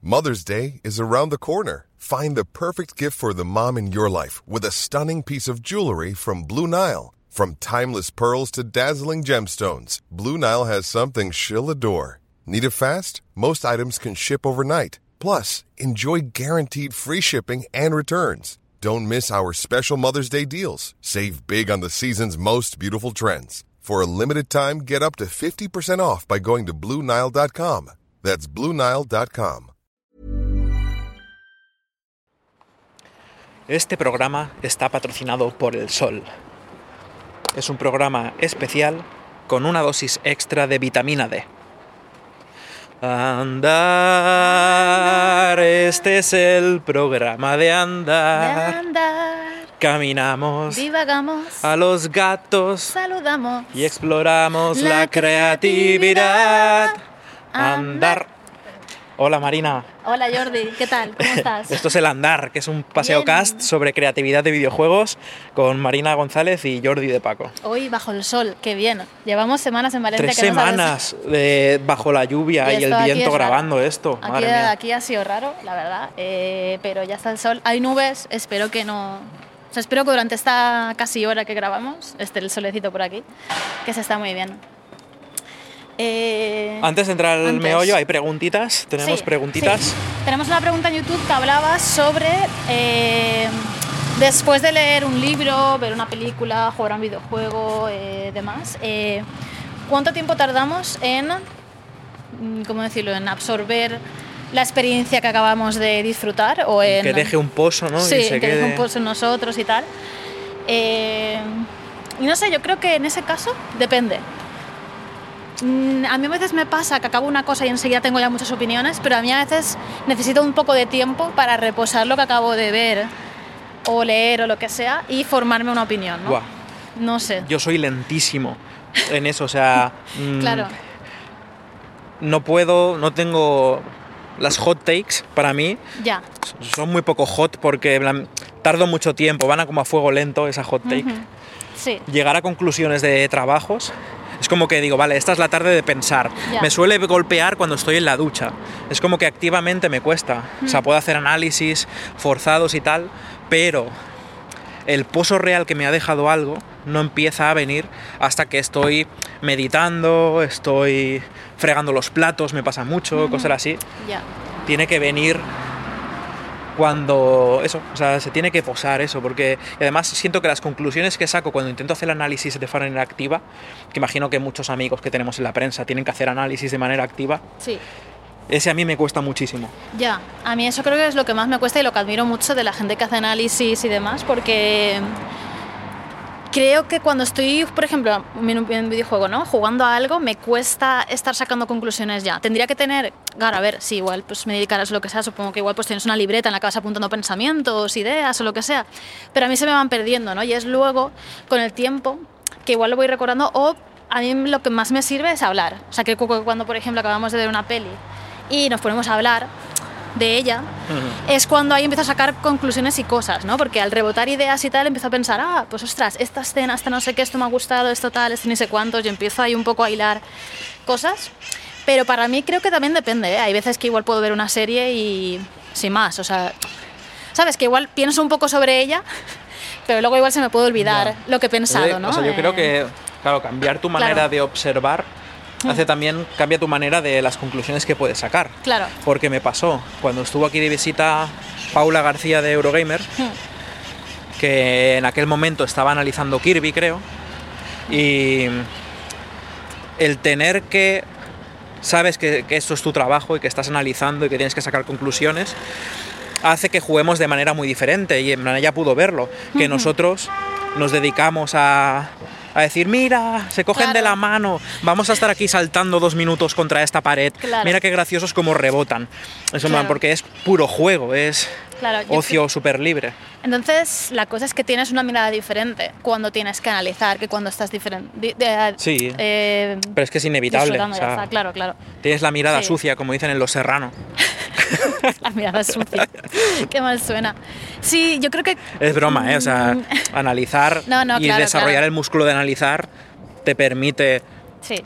Mother's Day is around the corner. Find the perfect gift for the mom in your life with a stunning piece of jewelry from Blue Nile. From timeless pearls to dazzling gemstones, Blue Nile has something she'll adore. Need it fast? Most items can ship overnight. Plus, enjoy guaranteed free shipping and returns. Don't miss our special Mother's Day deals. Save big on the season's most beautiful trends. For a limited time, get up to 50% off by going to BlueNile.com. That's BlueNile.com. Este programa está patrocinado por El Sol. Es un programa especial con una dosis extra de vitamina D. Andar, este es el programa de andar. De andar. Caminamos, Divagamos. A los gatos Saludamos. y exploramos la creatividad. Andar. Hola Marina. Hola Jordi, ¿qué tal? ¿Cómo estás? Esto es El Andar, que es un paseo Bien. cast sobre creatividad de videojuegos con Marina González y Jordi de Paco. Hoy bajo el sol, qué bien. Llevamos semanas en Valencia 3 que no sabes- semanas bajo la lluvia y el esto aquí viento es raro. grabando esto. Madre mía. Aquí ha sido raro, la verdad, pero ya está el sol. Hay nubes, espero que no... O sea, espero que durante esta casi hora que grabamos esté el solecito por aquí, que se está muy bien. Antes de entrar al Antes. meollo, hay preguntitas. Tenemos Sí, preguntitas. sí. Tenemos una pregunta en YouTube que hablaba sobre después de leer un libro, ver una película, jugar a un videojuego, demás, ¿cuánto tiempo tardamos en, cómo decirlo, en absorber la experiencia que acabamos de disfrutar o en Que deje un pozo, ¿no? sí, Y se que quede... deje un pozo en nosotros y tal? Y no sé, yo creo que en ese caso depende. A mí a veces me pasa que acabo una cosa y enseguida tengo ya muchas opiniones, pero a mí a veces necesito un poco de tiempo para reposar lo que acabo de ver o leer o lo que sea y formarme una opinión, ¿no? Buah. No sé. Yo soy lentísimo en eso, o sea... Claro. No puedo, no tengo... Las hot takes, para mí, Ya. son muy poco hot porque en plan, tardo mucho tiempo, van a como a fuego lento esa hot take. Ujú. Sí. Llegar a conclusiones de trabajos es como que digo, vale, esta es la tarde de pensar. Ya. Me suele golpear cuando estoy en la ducha. Es como que activamente me cuesta. O sea, puedo hacer análisis forzados y tal, pero el pozo real que me ha dejado algo no empieza a venir hasta que estoy meditando, estoy fregando los platos, me pasa mucho, cosas así. Ya. Tiene que venir cuando eso, o sea, se tiene que posar eso, porque y además siento que las conclusiones que saco cuando intento hacer el análisis de manera activa, que imagino que muchos amigos que tenemos en la prensa tienen que hacer análisis de manera activa, Sí. ese a mí me cuesta muchísimo. Ya, a mí eso creo que es lo que más me cuesta y lo que admiro mucho de la gente que hace análisis y demás, porque creo que cuando estoy, por ejemplo, en un videojuego, ¿no? Jugando a algo, me cuesta estar sacando conclusiones ya. Tendría que tener, claro, a ver, si igual pues me dedicaras a lo que sea, supongo que igual pues tienes una libreta en la que vas apuntando pensamientos, ideas o lo que sea, pero a mí se me van perdiendo, ¿no? Y es luego, con el tiempo, que igual lo voy recordando o a mí lo que más me sirve es hablar. O sea, que cuando, por ejemplo, acabamos de ver una peli y nos ponemos a hablar de ella, es cuando ahí empiezo a sacar conclusiones y cosas, ¿no? Porque al rebotar ideas y tal empiezo a pensar, pues ostras, esta escena, esta no sé qué, esto me ha gustado, esto tal, esto ni sé cuántos, y empiezo ahí un poco a hilar cosas. Pero para mí creo que también depende, ¿eh? Hay veces que igual puedo ver una serie y sin más, o sea, ¿sabes? Que igual pienso un poco sobre ella, pero luego igual se me puede olvidar lo que he pensado, ¿no? O sea, yo creo que, claro, cambiar tu manera Claro. de observar cambia tu manera de las conclusiones que puedes sacar. Claro. Porque me pasó cuando estuvo aquí de visita Paula García de Eurogamer, que en aquel momento estaba analizando Kirby, creo, y el tener que sabes que esto es tu trabajo y que estás analizando y que tienes que sacar conclusiones, hace que juguemos de manera muy diferente, y en plan ella pudo verlo, que nosotros nos dedicamos a decir, mira, se cogen de la mano, vamos a estar aquí saltando 2 minutos contra esta pared, mira qué graciosos como rebotan. Eso, porque es puro juego, es ocio súper libre. Entonces, la cosa es que tienes una mirada diferente cuando tienes que analizar que cuando estás diferente. Sí, pero es que es inevitable. O sea, está, claro. Tienes la mirada sucia, como dicen en Los Serrano. La mirada sucia. Qué mal suena. Sí, yo creo que... Es broma, ¿eh? O sea, analizar y desarrollar el músculo de analizar te permite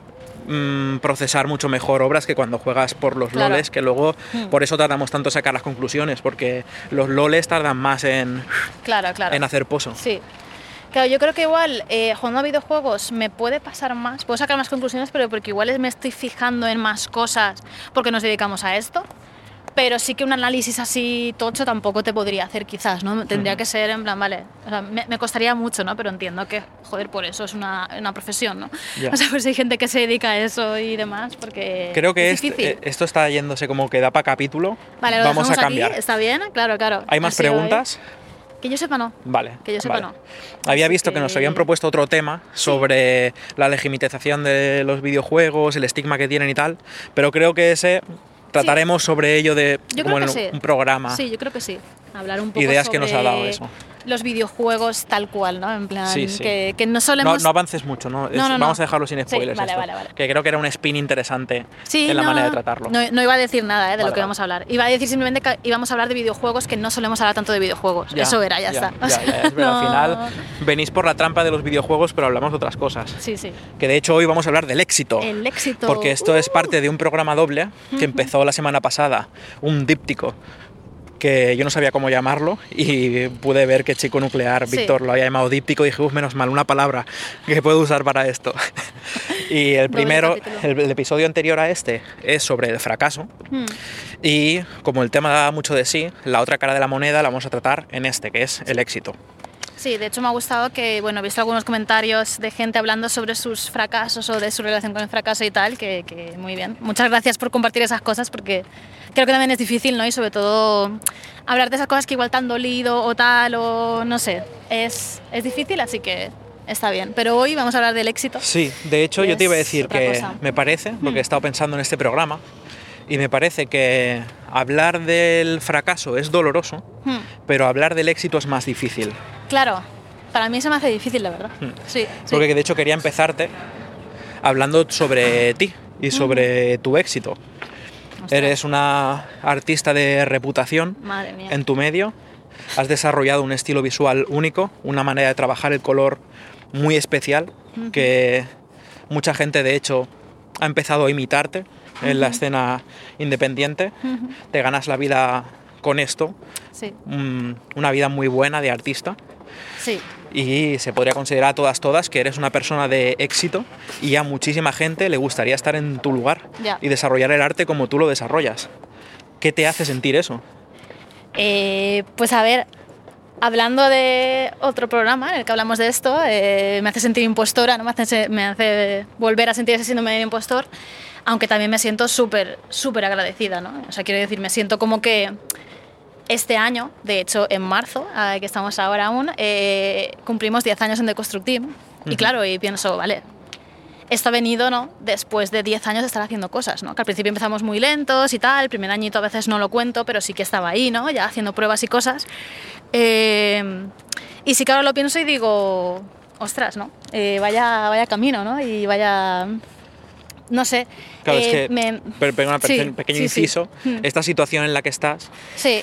procesar mucho mejor obras que cuando juegas por los Claro. loles, que luego por eso tardamos tanto en sacar las conclusiones, porque los loles tardan más en Claro. hacer pozo. Sí. Claro, yo creo que igual jugando a videojuegos me puede pasar más, puedo sacar más conclusiones, pero porque igual me estoy fijando en más cosas porque nos dedicamos a esto. Pero sí que un análisis así tocho tampoco te podría hacer quizás, ¿no? Tendría que ser en plan, vale, o sea, me costaría mucho, ¿no? Pero entiendo que, joder, por eso es una profesión, ¿no? Ya. O sea, pues hay gente que se dedica a eso y demás, porque Creo que es difícil. esto está yéndose como que da para capítulo. Vale, lo Vamos a dejamos cambiar. aquí, ¿está bien? Claro. ¿Hay más Así va a ir. preguntas? Que yo sepa no. Vale. Que yo sepa vale. no. Había Así visto que nos habían propuesto otro tema sobre la legitimización de los videojuegos, el estigma que tienen y tal, pero creo que ese trataremos sobre ello Yo como creo en que sí. un programa. Sí, yo creo que sí. Hablar un poco Ideas sobre que nos ha dado eso. los videojuegos tal cual, ¿no? En plan, Sí, sí. Que no solemos... No avances mucho, ¿no? No. Vamos a dejarlo sin spoilers. vale, esto, vale. Que creo que era un spin interesante Sí, en la no, manera de tratarlo. No iba a decir nada de Vale, lo que vale. íbamos a hablar. Iba a decir simplemente que íbamos a hablar de videojuegos, que no solemos hablar tanto de videojuegos. Ya, Eso era, ya está. O sea, es verdad, no- al final venís por la trampa de los videojuegos, pero hablamos de otras cosas. Sí. Que de hecho hoy vamos a hablar del éxito. El éxito. Porque esto es parte de un programa doble que empezó la semana pasada, un díptico que yo no sabía cómo llamarlo y pude ver que Chico Nuclear, Sí. Víctor, lo había llamado díptico y dije, menos mal, una palabra que puedo usar para esto. Y el Doble primero, capítulo. el episodio anterior a este es sobre el fracaso Mm, y como el tema da mucho de sí, la otra cara de la moneda la vamos a tratar en este, que es el éxito. Sí, de hecho me ha gustado que, bueno, he visto algunos comentarios de gente hablando sobre sus fracasos o de su relación con el fracaso y tal, que muy bien. Muchas gracias por compartir esas cosas porque creo que también es difícil, ¿no? Y sobre todo hablar de esas cosas que igual te han dolido o tal, o no sé, es difícil, así que está bien. Pero hoy vamos a hablar del éxito. Sí, de hecho yo te iba a Es decir otra que cosa. me parece, porque he estado pensando en este programa, y me parece que hablar del fracaso es doloroso, Hmm, pero hablar del éxito es más difícil. Claro, para mí se me hace difícil, la verdad. Sí. Porque de hecho quería empezarte hablando sobre ti y sobre tu éxito. Ostras, Eres una artista de reputación Madre mía. en tu medio, has desarrollado un estilo visual único, una manera de trabajar el color muy especial, que mucha gente de hecho ha empezado a imitarte en la escena independiente. Te ganas la vida con esto, Sí, una vida muy buena de artista. sí. Y se podría considerar a todas que eres una persona de éxito y a muchísima gente le gustaría estar en tu lugar Ya. y desarrollar el arte como tú lo desarrollas. ¿Qué te hace sentir eso? Pues a ver, hablando de otro programa en el que hablamos de esto, me hace sentir impostora, ¿no? Me hace volver a sentir ese síndrome de impostor, aunque también me siento súper agradecida, ¿no? O sea, quiero decir, me siento como que este año, de hecho en marzo, que estamos ahora aún, cumplimos 10 años en Deconstructive. Y claro, y pienso, vale, esto ha venido, ¿no?, después de 10 años de estar haciendo cosas, ¿no? Que al principio empezamos muy lentos y tal, el primer añito a veces no lo cuento, pero sí que estaba ahí, ¿no?, ya haciendo pruebas y cosas. Y sí que ahora lo pienso y digo, ostras, ¿no? Vaya camino, ¿no? Y vaya... No sé. Claro, es que, perdona, Sí, pequeño sí, sí. inciso, esta situación en la que estás Sí,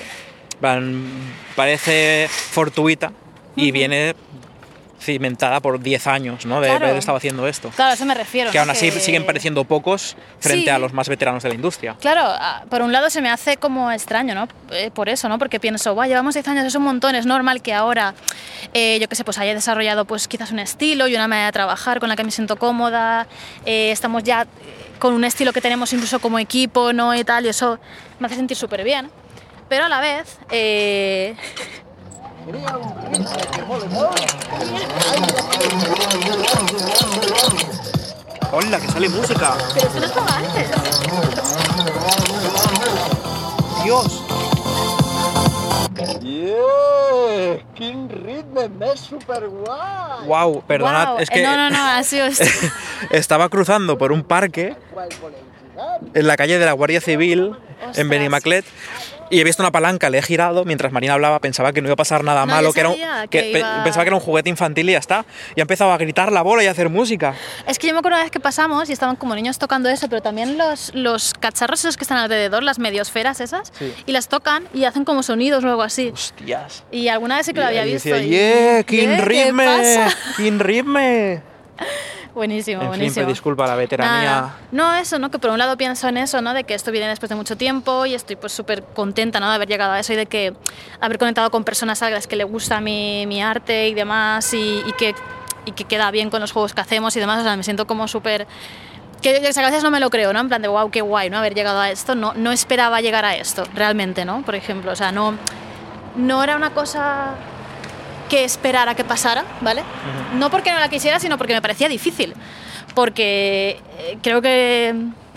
parece fortuita y viene cimentada por 10 años, ¿no? De Claro. haber estado haciendo esto. claro, a eso me refiero. Que ¿no? aún así siguen pareciendo pocos frente Sí. a los más veteranos de la industria. Claro, por un lado se me hace como extraño, ¿no? Por eso, ¿no? Porque pienso, guau, llevamos 10 años, es un montón, es normal que ahora, yo qué sé, pues haya desarrollado pues quizás un estilo y una manera de trabajar con la que me siento cómoda, estamos ya con un estilo que tenemos incluso como equipo, ¿no? Y tal, y eso me hace sentir súper bien. Pero a la vez... ¡Hola, que sale música! Pero esto no estaba antes. ¡Dios! Yeah, quin ritme més superguai! ¡Wow! Perdonad, Guau, es que No, ha sido esto. estaba cruzando por un parque Qual voleu jugar? en la calle de la Guardia Civil, en Ostras. Benimaclet, y he visto una palanca, le he girado, mientras Marina hablaba, pensaba que no iba a pasar nada No, malo, yo que era sabía que iba- pensaba que era un juguete infantil y ya está. Y ha empezado a gritar la bola y a hacer música. Es que yo me acuerdo una vez que pasamos y estaban como niños tocando eso, pero también los cacharros esos que están alrededor, las mediosferas esas, Sí. y las tocan y hacen como sonidos o algo así. ¡Hostias! Y alguna vez sí que lo había Y visto. decía, y- ¡yeah! ¡Quin ¿Qué ritme! pasa? ¡Quin ritme! Buenísimo, En fin, buenísimo. disculpa la veteranía. Nada. No, eso, ¿no? Que por un lado pienso en eso, ¿no? De que esto viene después de mucho tiempo y estoy pues súper contenta, ¿no? De haber llegado a eso y de que haber conectado con personas a las que les gusta mi arte y demás y que queda bien con los juegos que hacemos y demás. O sea, me siento como súper... Que a veces no me lo creo, ¿no? En plan de, wow, qué guay, ¿no? Haber llegado a esto. No esperaba llegar a esto, realmente, ¿no? Por ejemplo, o sea, no era una cosa que esperara que pasara, ¿vale? Uh-huh. No porque no la quisiera, sino porque me parecía difícil. Porque creo que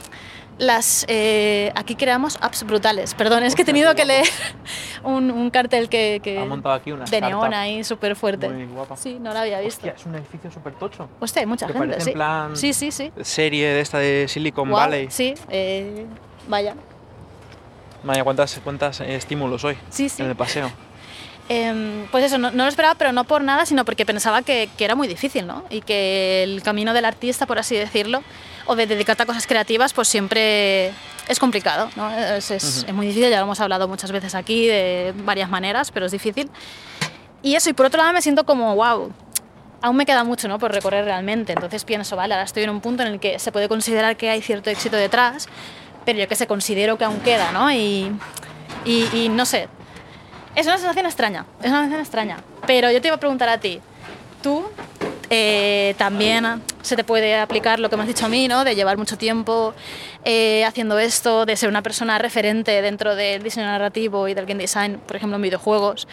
aquí creamos apps brutales. Perdón, es que he tenido que leer un cartel que ha montado aquí una de neón ahí súper fuerte. Muy guapa. Sí, no lo había visto. Hostia, es un edificio súper tocho. Hostia, hay mucha gente, parece sí. En plan sí. serie de esta de Silicon Wow, Valley. Sí, vaya. Vaya, cuántas estímulos hoy en el paseo. Pues eso, no lo esperaba, pero no por nada, sino porque pensaba que era muy difícil, ¿no? Y que el camino del artista, por así decirlo, o de dedicarte a cosas creativas, pues siempre es complicado, ¿no? Es muy difícil, ya lo hemos hablado muchas veces aquí, de varias maneras, pero es difícil. Y eso, y por otro lado me siento como, wow, aún me queda mucho, ¿no? Por recorrer realmente. Entonces pienso, vale, ahora estoy en un punto en el que se puede considerar que hay cierto éxito detrás, pero yo que sé, considero que aún queda, ¿no? Y no sé. Es una sensación extraña, pero yo te iba a preguntar a ti, ¿tú también se te puede aplicar lo que me has dicho a mí, ¿no? De llevar mucho tiempo haciendo esto, de ser una persona referente dentro del diseño narrativo y del game design, por ejemplo en videojuegos?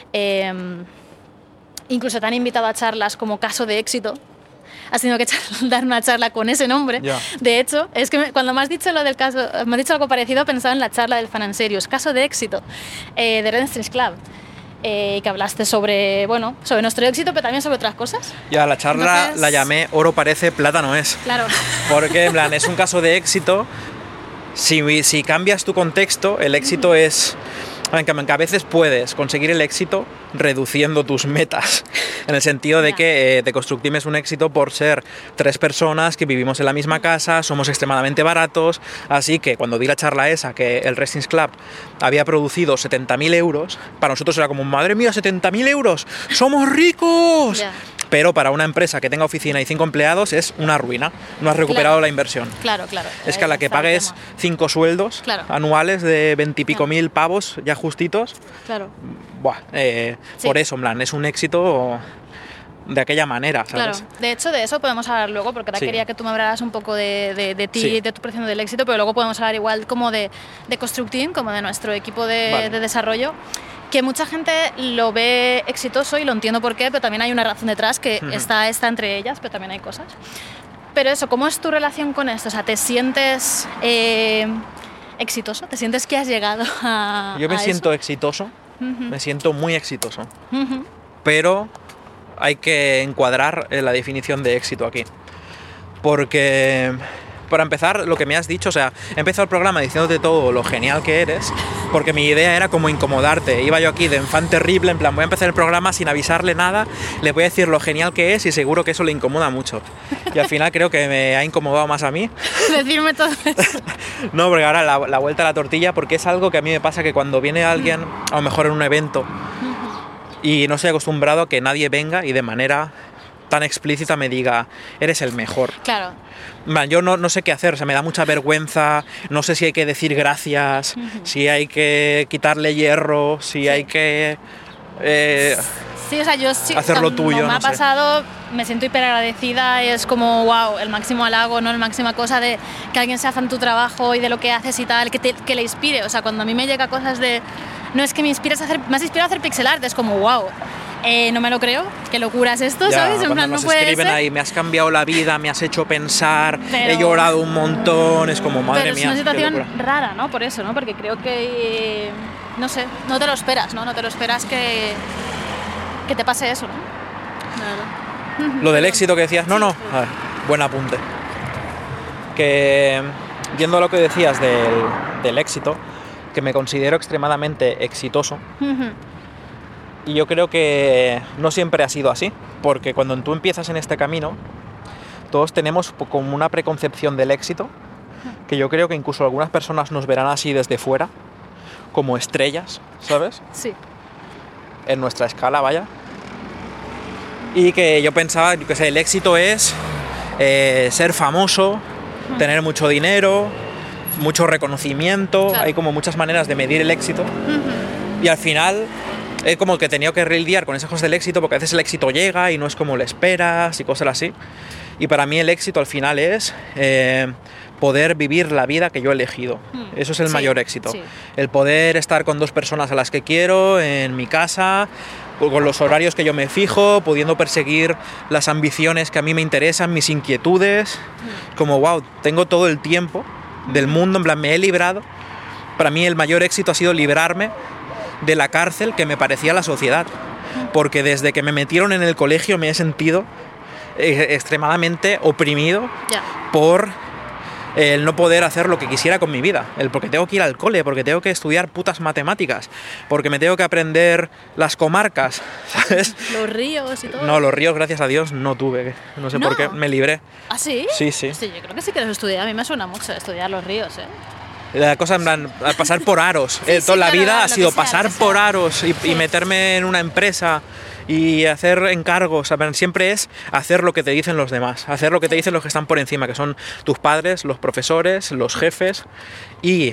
Incluso te han invitado a charlas como caso de éxito. Has tenido que dar una charla con ese nombre. Yeah. De hecho, es que cuando me has dicho lo del caso, me has dicho algo parecido, pensaba en la charla del Fan and Serious, caso de éxito, de Red Strings Club, que hablaste sobre nuestro éxito, pero también sobre otras cosas. Ya, la charla Entonces... la llamé Oro parece, plata no es. Claro. Porque, en plan, es un caso de éxito. Si cambias tu contexto, el éxito es... Que a veces puedes conseguir el éxito reduciendo tus metas, en el sentido de que The Construct Team es un éxito por ser 3 personas que vivimos en la misma casa, somos extremadamente baratos, así que cuando di la charla esa, que el Red Strings Club había producido 70.000 euros, para nosotros era como, madre mía, 70.000 euros, ¡somos ricos! Yeah. Pero para una empresa que tenga oficina y 5 empleados es una ruina. No has recuperado la inversión. Claro. Es que a la que pagues 5 sueldos anuales de 20 y pico mil pavos ya justitos, por eso, en plan, es un éxito de aquella manera, ¿sabes? Claro, de hecho de eso podemos hablar luego, porque ahora quería que tú me hablaras un poco de ti y de tu percepción del éxito, pero luego podemos hablar igual como de Construct Team, como de nuestro equipo de desarrollo, que mucha gente lo ve exitoso y lo entiendo por qué, pero también hay una razón detrás que está entre ellas, pero también hay cosas. Pero eso, ¿cómo es tu relación con esto? O sea, ¿te sientes exitoso? ¿Te sientes que has llegado a Yo me siento exitoso, me siento muy exitoso, pero hay que encuadrar la definición de éxito aquí. Porque... Para empezar, lo que me has dicho, o sea, he empezado el programa diciéndote todo lo genial que eres, porque mi idea era como incomodarte. Iba yo aquí de enfant terrible, en plan, voy a empezar el programa sin avisarle nada, le voy a decir lo genial que es y seguro que eso le incomoda mucho. Y al final creo que me ha incomodado más a mí. Decirme todo eso. No, porque ahora la vuelta a la tortilla, porque es algo que a mí me pasa que cuando viene alguien, a lo mejor en un evento, y no estoy acostumbrado a que nadie venga y de manera tan explícita me diga, eres el mejor. Claro. Yo no sé qué hacer, o sea, me da mucha vergüenza, no sé si hay que decir gracias, si hay que quitarle hierro, si hay que sí, o sea, yo sí, hacerlo tuyo. Me ha pasado, me siento hiper agradecida, es como, wow, el máximo halago, ¿no? La máxima cosa de que alguien sea fan de tu trabajo y de lo que haces y tal, que le inspire. O sea, cuando a mí me llega cosas de, no es que me has inspirado a hacer pixel art, es como, wow. No me lo creo, qué locura es esto, ya, ¿sabes? En plan, no puede escriben ser. Ahí, me has cambiado la vida, me has hecho pensar, he llorado un montón, es como, madre mía. Pero es una situación rara, ¿no? Por eso, ¿no? Porque creo que, no sé, no te lo esperas, ¿no? No te lo esperas que te pase eso, ¿no? La verdad. Lo del éxito que decías, no, a ver, buen apunte. Que, viendo lo que decías del éxito, que me considero extremadamente exitoso, y yo creo que no siempre ha sido así, porque cuando tú empiezas en este camino, todos tenemos como una preconcepción del éxito, que yo creo que incluso algunas personas nos verán así desde fuera, como estrellas, ¿sabes? Sí. En nuestra escala, vaya. Y que yo pensaba, yo qué sé, el éxito es ser famoso, tener mucho dinero, mucho reconocimiento. Claro. Hay como muchas maneras de medir el éxito. Y al final es como que he tenido que lidiar con esas cosas del éxito, porque a veces el éxito llega y no es como lo esperas y cosas así. Y para mí el éxito al final es poder vivir la vida que yo he elegido. Eso es el Sí, mayor éxito. sí. El poder estar con 2 personas a las que quiero, en mi casa, con los horarios que yo me fijo, pudiendo perseguir las ambiciones que a mí me interesan, mis inquietudes. Como, wow, tengo todo el tiempo del mundo, en plan, me he librado. Para mí el mayor éxito ha sido librarme de la cárcel que me parecía la sociedad. Porque desde que me metieron en el colegio me he sentido extremadamente oprimido Ya. por el no poder hacer lo que quisiera con mi vida, porque tengo que ir al cole, porque tengo que estudiar putas matemáticas, porque me tengo que aprender las comarcas, ¿sabes? Los ríos y todo. No, los ríos, gracias a Dios, no tuve, no sé ¿No? por qué, me libré. ¿Ah, sí? Sí, sí. Hostia, yo creo que sí que los estudié. A mí me suena mucho estudiar los ríos, ¿eh? La cosa en plan, a pasar por aros. Sí, Toda la claro, vida lo ha que sido sea, pasar lo que por sea. aros y Sí. meterme en una empresa y hacer encargos. En plan, siempre es hacer lo que te dicen los demás, hacer lo que te dicen los que están por encima, que son tus padres, los profesores, los jefes. Y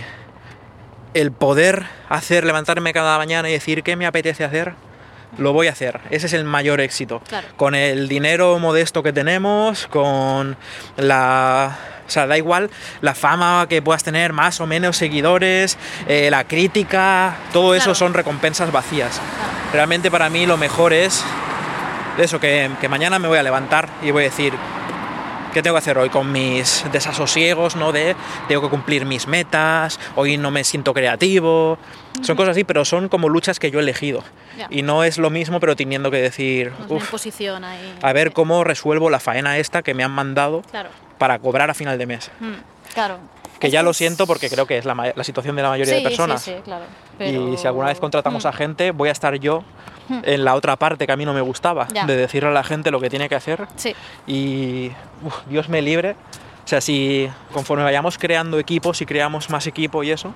el poder levantarme cada mañana y decir qué me apetece hacer, lo voy a hacer. Ese es el mayor éxito. Claro. Con el dinero modesto que tenemos, con la... O sea, da igual la fama que puedas tener, más o menos seguidores, la crítica, todo eso Claro. son recompensas vacías. Claro. Realmente para mí lo mejor es eso, que mañana me voy a levantar y voy a decir, ¿qué tengo que hacer hoy con mis desasosiegos, ¿no? De tengo que cumplir mis metas, hoy no me siento creativo. Son cosas así, pero son como luchas que yo he elegido. Ya. Y no es lo mismo, pero teniendo que decir, No es una "Uf, imposición ahí. a ver cómo resuelvo la faena esta que me han mandado Claro. para cobrar a final de mes". Claro. Que Es ya lo es- siento porque creo que es la situación de la mayoría de personas. Sí, claro. Y si alguna vez contratamos a gente, voy a estar yo en la otra parte que a mí no me gustaba, Ya. de decirle a la gente lo que tiene que hacer. Sí. Y Dios me libre. O sea, si conforme vayamos creando equipos y creamos más equipo y eso,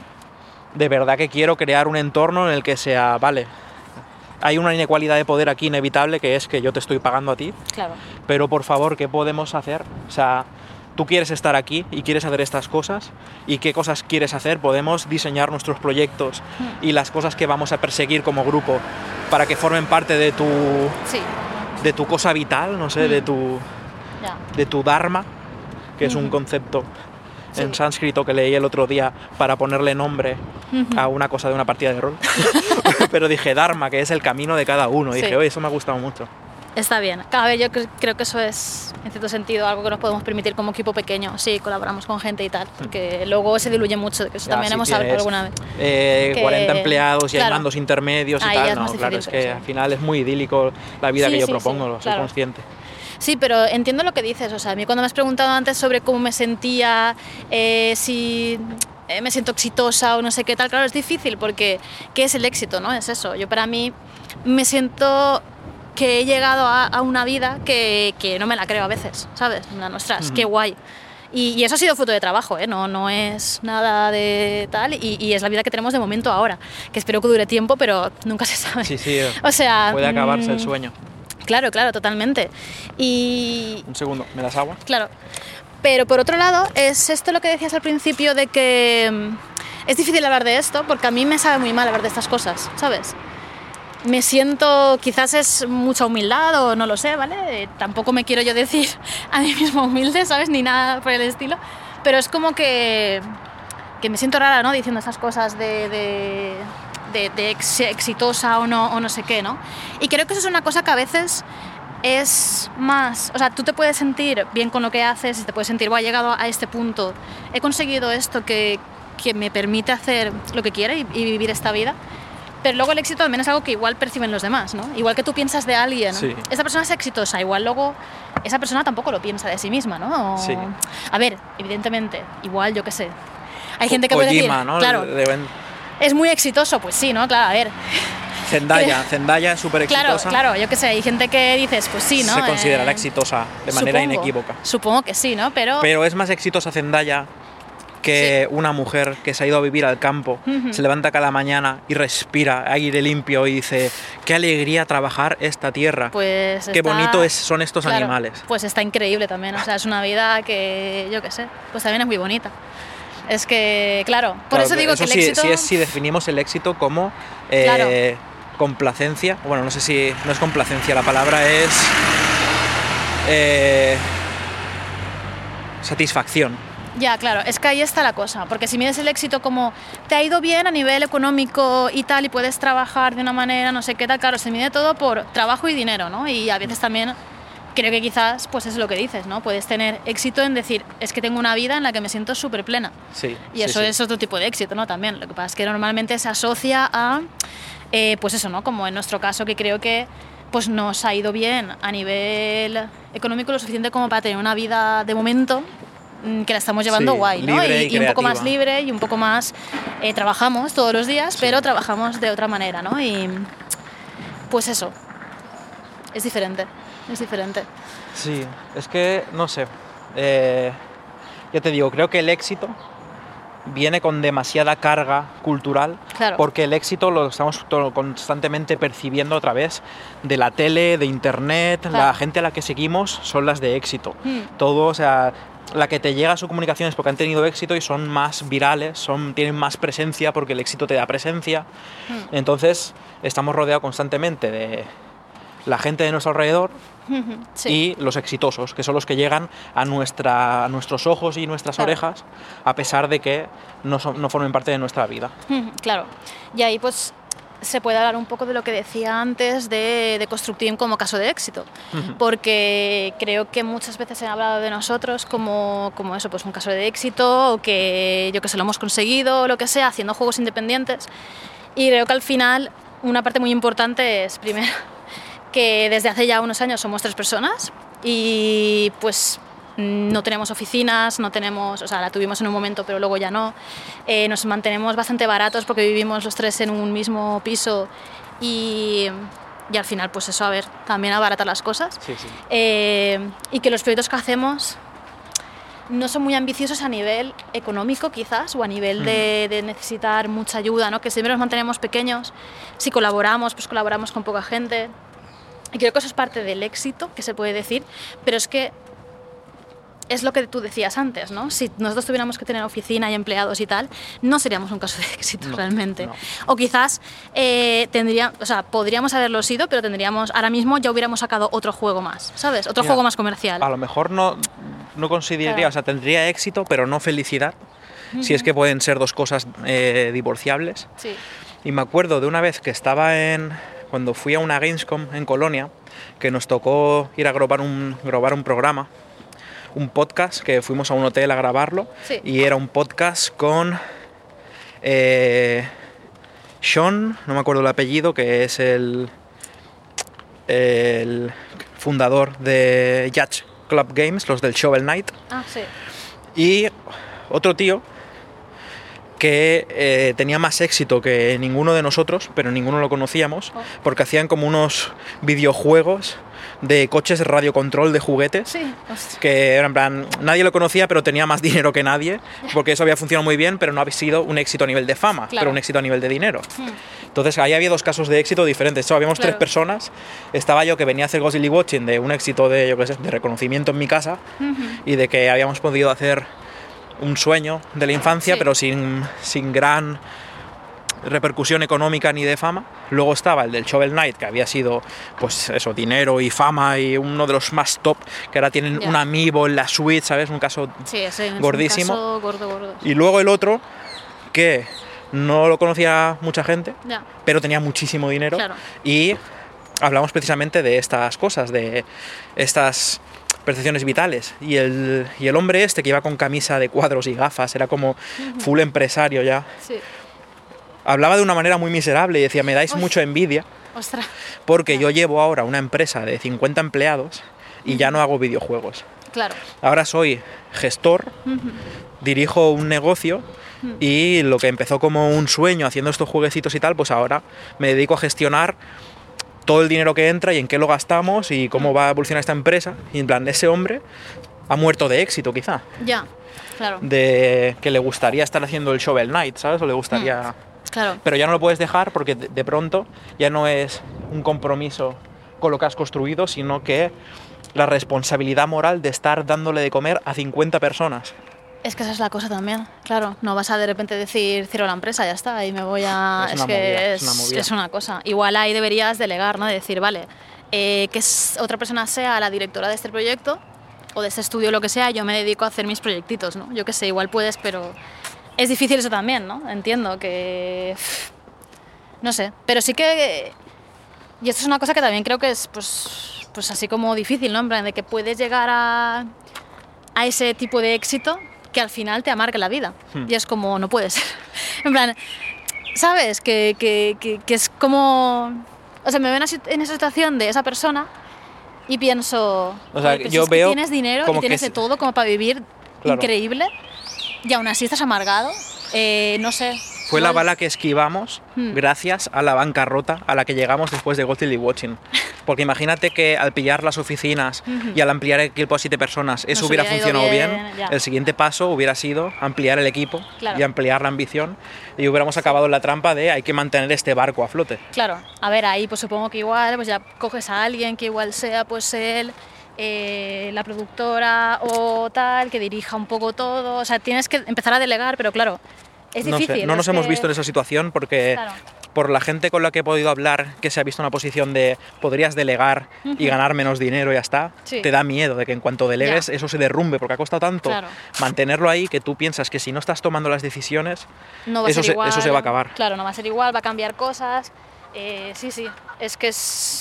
de verdad que quiero crear un entorno en el que sea, vale, hay una inequalidad de poder aquí inevitable, que es que yo te estoy pagando a ti, Claro. pero por favor, ¿qué podemos hacer? O sea, tú quieres estar aquí y quieres hacer estas cosas, ¿y qué cosas quieres hacer? Podemos diseñar nuestros proyectos y las cosas que vamos a perseguir como grupo para que formen parte de Sí. tu cosa vital, no sé, de tu dharma, que es un concepto en sánscrito que leí el otro día para ponerle nombre a una cosa de una partida de rol. Pero dije dharma, que es el camino de cada uno. Sí. Dije, oye, eso me ha gustado mucho. Está bien. Cada vez yo creo que eso es, en cierto sentido, algo que nos podemos permitir como equipo pequeño. Sí, colaboramos con gente y tal, porque luego se diluye mucho, que eso Ya, también si hemos hablado tienes, alguna vez. 40 empleados y hay claro. mandos intermedios y Ahí ya tal, es no, más claro, difícil, es que pero sí. al final es muy idílico la vida Sí, que yo sí, propongo, sí, soy claro. consciente. Sí, pero entiendo lo que dices. O sea, a mí cuando me has preguntado antes sobre cómo me sentía, si me siento exitosa o no sé qué tal, claro, es difícil porque ¿qué es el éxito? ¿No? Es eso. Yo para mí me siento que he llegado a una vida que no me la creo a veces, ¿sabes? Ostras, qué guay. Y eso ha sido fruto de trabajo, ¿eh? No es nada de tal y es la vida que tenemos de momento ahora, que espero que dure tiempo, pero nunca se sabe. Sí, sí, O sea, puede acabarse el sueño. Claro, totalmente. Y Un segundo, ¿me das agua? claro, pero por otro lado, es esto lo que decías al principio de que es difícil hablar de esto porque a mí me sabe muy mal hablar de estas cosas, ¿sabes? Me siento, quizás es mucha humildad o no lo sé, ¿vale? Tampoco me quiero yo decir a mí mismo humilde, ¿sabes? Ni nada por el estilo, pero es como que me siento rara, ¿no? Diciendo esas cosas de exitosa o no sé qué, ¿no? Y creo que eso es una cosa que a veces es más, o sea, tú te puedes sentir bien con lo que haces y te puedes sentir, he llegado a este punto, he conseguido esto que me permite hacer lo que quiero y vivir esta vida, pero luego el éxito también es algo que igual perciben los demás, ¿no? Igual que tú piensas de alguien, Sí. esta persona es exitosa, igual luego esa persona tampoco lo piensa de sí misma, ¿no? O- Sí. A ver, evidentemente, igual yo qué sé. Hay gente que puede Kojima, decir, ¿no? claro, es muy exitoso, pues sí, ¿no? Claro, a ver. Zendaya es súper exitosa. Claro, yo qué sé, hay gente que dices, pues sí, ¿no? Se considerará exitosa de manera supongo, inequívoca. Supongo que sí, ¿no? Pero Pero es más exitosa Zendaya que una mujer que se ha ido a vivir al campo se levanta cada mañana y respira aire limpio y dice, qué alegría trabajar esta tierra, Pues qué está- bonito son estos claro, animales. Pues está increíble también, o sea, es una vida que, yo qué sé, pues también es muy bonita. Es que, claro, por Claro, eso digo que el sí, éxito... si definimos el éxito como Claro. complacencia, bueno, no sé si no es complacencia, la palabra es satisfacción. Ya, claro, es que ahí está la cosa, porque si mides el éxito como te ha ido bien a nivel económico y tal, y puedes trabajar de una manera, no sé qué tal, claro, se mide todo por trabajo y dinero, ¿no? Y a veces también creo que quizás, pues es lo que dices, ¿no? Puedes tener éxito en decir, es que tengo una vida en la que me siento súper plena. Sí. Y eso es otro tipo de éxito, ¿no? También. Lo que pasa es que normalmente se asocia a, pues eso, ¿no? Como en nuestro caso, que creo que pues nos ha ido bien a nivel económico lo suficiente como para tener una vida de momento que la estamos llevando Sí, guay, ¿no? libre Y un poco más creativa. libre y un poco más... trabajamos todos los días, pero trabajamos de otra manera, ¿no? Y pues eso, es diferente, es diferente. Sí, es que, no sé, ya te digo, creo que el éxito viene con demasiada carga cultural, Claro. porque el éxito lo estamos constantemente percibiendo a través de la tele, de internet, Claro. la gente a la que seguimos son las de éxito. Hmm. Todo, o sea, la que te llega a su comunicación es porque han tenido éxito y son más virales, tienen más presencia porque el éxito te da presencia. Entonces, estamos rodeados constantemente de la gente de nuestro alrededor Sí. y los exitosos, que son los que llegan a nuestros ojos y nuestras Claro. orejas, a pesar de que no formen parte de nuestra vida. Claro. Y ahí pues se puede hablar un poco de lo que decía antes de Constructim como caso de éxito, porque creo que muchas veces se ha hablado de nosotros como eso, pues un caso de éxito, o que yo que sé, lo hemos conseguido, o lo que sea, haciendo juegos independientes, y creo que al final una parte muy importante es, primero, que desde hace ya unos años somos 3 personas y pues no tenemos oficinas, no tenemos, o sea, la tuvimos en un momento pero luego ya no, nos mantenemos bastante baratos porque vivimos los 3 en un mismo piso y al final pues eso, a ver, también abarata las cosas. Sí, sí. Y que los proyectos que hacemos no son muy ambiciosos a nivel económico quizás, o a nivel de necesitar mucha ayuda, ¿no? Que siempre nos mantenemos pequeños, si colaboramos, pues colaboramos con poca gente. Y creo que eso es parte del éxito, que se puede decir, pero es que es lo que tú decías antes, ¿no? Si nosotros tuviéramos que tener oficina y empleados y tal, no seríamos un caso de éxito realmente. no. O quizás podríamos haberlo sido, pero ahora mismo ya hubiéramos sacado otro juego más, ¿sabes? Otro Mira, juego más comercial. A lo mejor no consideraría, Claro. o sea, tendría éxito, pero no felicidad, si es que pueden ser dos cosas divorciables. Sí. Y me acuerdo de una vez que estaba cuando fui a una Gamescom en Colonia, que nos tocó ir a grabar un programa, un podcast, que fuimos a un hotel a grabarlo, Sí. y era un podcast con Sean, no me acuerdo el apellido, que es el fundador de Yacht Club Games, los del Shovel Knight, Ah, sí. y otro tío que tenía más éxito que ninguno de nosotros, pero ninguno lo conocíamos, Oh. porque hacían como unos videojuegos de coches radiocontrol de juguetes, Sí. Hostia. que era en plan, nadie lo conocía, pero tenía más dinero que nadie, porque eso había funcionado muy bien, pero no había sido un éxito a nivel de fama, Claro. pero un éxito a nivel de dinero. Entonces ahí había dos casos de éxito diferentes. Hecho, habíamos Claro. 3 personas, estaba yo que venía a hacer Ghostly Watching de un éxito de, yo qué sé, de reconocimiento en mi casa, y de que habíamos podido hacer un sueño de la infancia, Sí. pero sin gran repercusión económica ni de fama. Luego estaba el del Shovel Knight, que había sido, pues eso, dinero y fama, y uno de los más top, que ahora tienen Ya. un amiibo en la Switch, ¿sabes? Un caso Sí, ese es gordísimo. un caso gordo. Y luego el otro, que no lo conocía mucha gente, Ya. pero tenía muchísimo dinero, Claro. y hablamos precisamente de estas cosas, de estas percepciones vitales, y el hombre este que iba con camisa de cuadros y gafas, era como full empresario ya, Sí. hablaba de una manera muy miserable y decía, me dais Uy. mucha envidia Ostras. porque yo llevo ahora una empresa de 50 empleados y ya no hago videojuegos. Claro. Ahora soy gestor, dirijo un negocio, y lo que empezó como un sueño haciendo estos jueguecitos y tal, pues ahora me dedico a gestionar todo el dinero que entra y en qué lo gastamos y cómo va a evolucionar esta empresa. Y en plan, ese hombre ha muerto de éxito quizá. Ya. Claro. de que le gustaría estar haciendo el Shovel Knight, ¿sabes? O le gustaría... Claro. Pero ya no lo puedes dejar porque de pronto ya no es un compromiso con lo que has construido, sino que la responsabilidad moral de estar dándole de comer a 50 personas. Es que esa es la cosa también, claro. No vas a de repente decir cierro la empresa, ya está, y me voy a... Es una movida, es una movida. Es una cosa. Igual ahí deberías delegar, ¿no? De decir, vale, que otra persona sea la directora de este proyecto o de este estudio, lo que sea, yo me dedico a hacer mis proyectitos, ¿no? Yo qué sé, igual puedes, pero es difícil eso también, ¿no? Entiendo que... No sé, pero sí que... Y esto es una cosa que también creo que es, pues así como difícil, ¿no? En plan, de que puedes llegar a ese tipo de éxito que al final te amargue la vida. Y es como, no puede ser. En plan, ¿sabes? Que es como... O sea, me veo en esa situación de esa persona y pienso... O sea, pero yo si es veo que tienes dinero como y tienes que de todo como para vivir Claro. increíble y aún así estás amargado. No sé. Fue la igual- bala que esquivamos gracias a la bancarrota a la que llegamos después de Ghostly Watching. Porque imagínate que al pillar las oficinas y al ampliar el equipo a 7 personas, eso Nos hubiera hubiera ido funcionado bien. bien, ya. El siguiente paso hubiera sido ampliar el equipo Claro. y ampliar la ambición. Y hubiéramos acabado en la trampa de hay que mantener este barco a flote. Claro, a ver, ahí pues supongo que igual pues ya coges a alguien que igual sea pues él, la productora o tal, que dirija un poco todo. O sea, tienes que empezar a delegar, pero claro, es No difícil. sé, no es nos hemos que- visto en esa situación porque Claro. por la gente con la que he podido hablar que se ha visto en una posición de podrías delegar y ganar menos dinero y ya está, Sí. te da miedo de que en cuanto delegues Ya. eso se derrumbe porque ha costado tanto Claro. mantenerlo ahí que tú piensas que si no estás tomando las decisiones No va a eso ser igual. eso se va a acabar. Claro, no va a ser igual, va a cambiar cosas. Sí, es que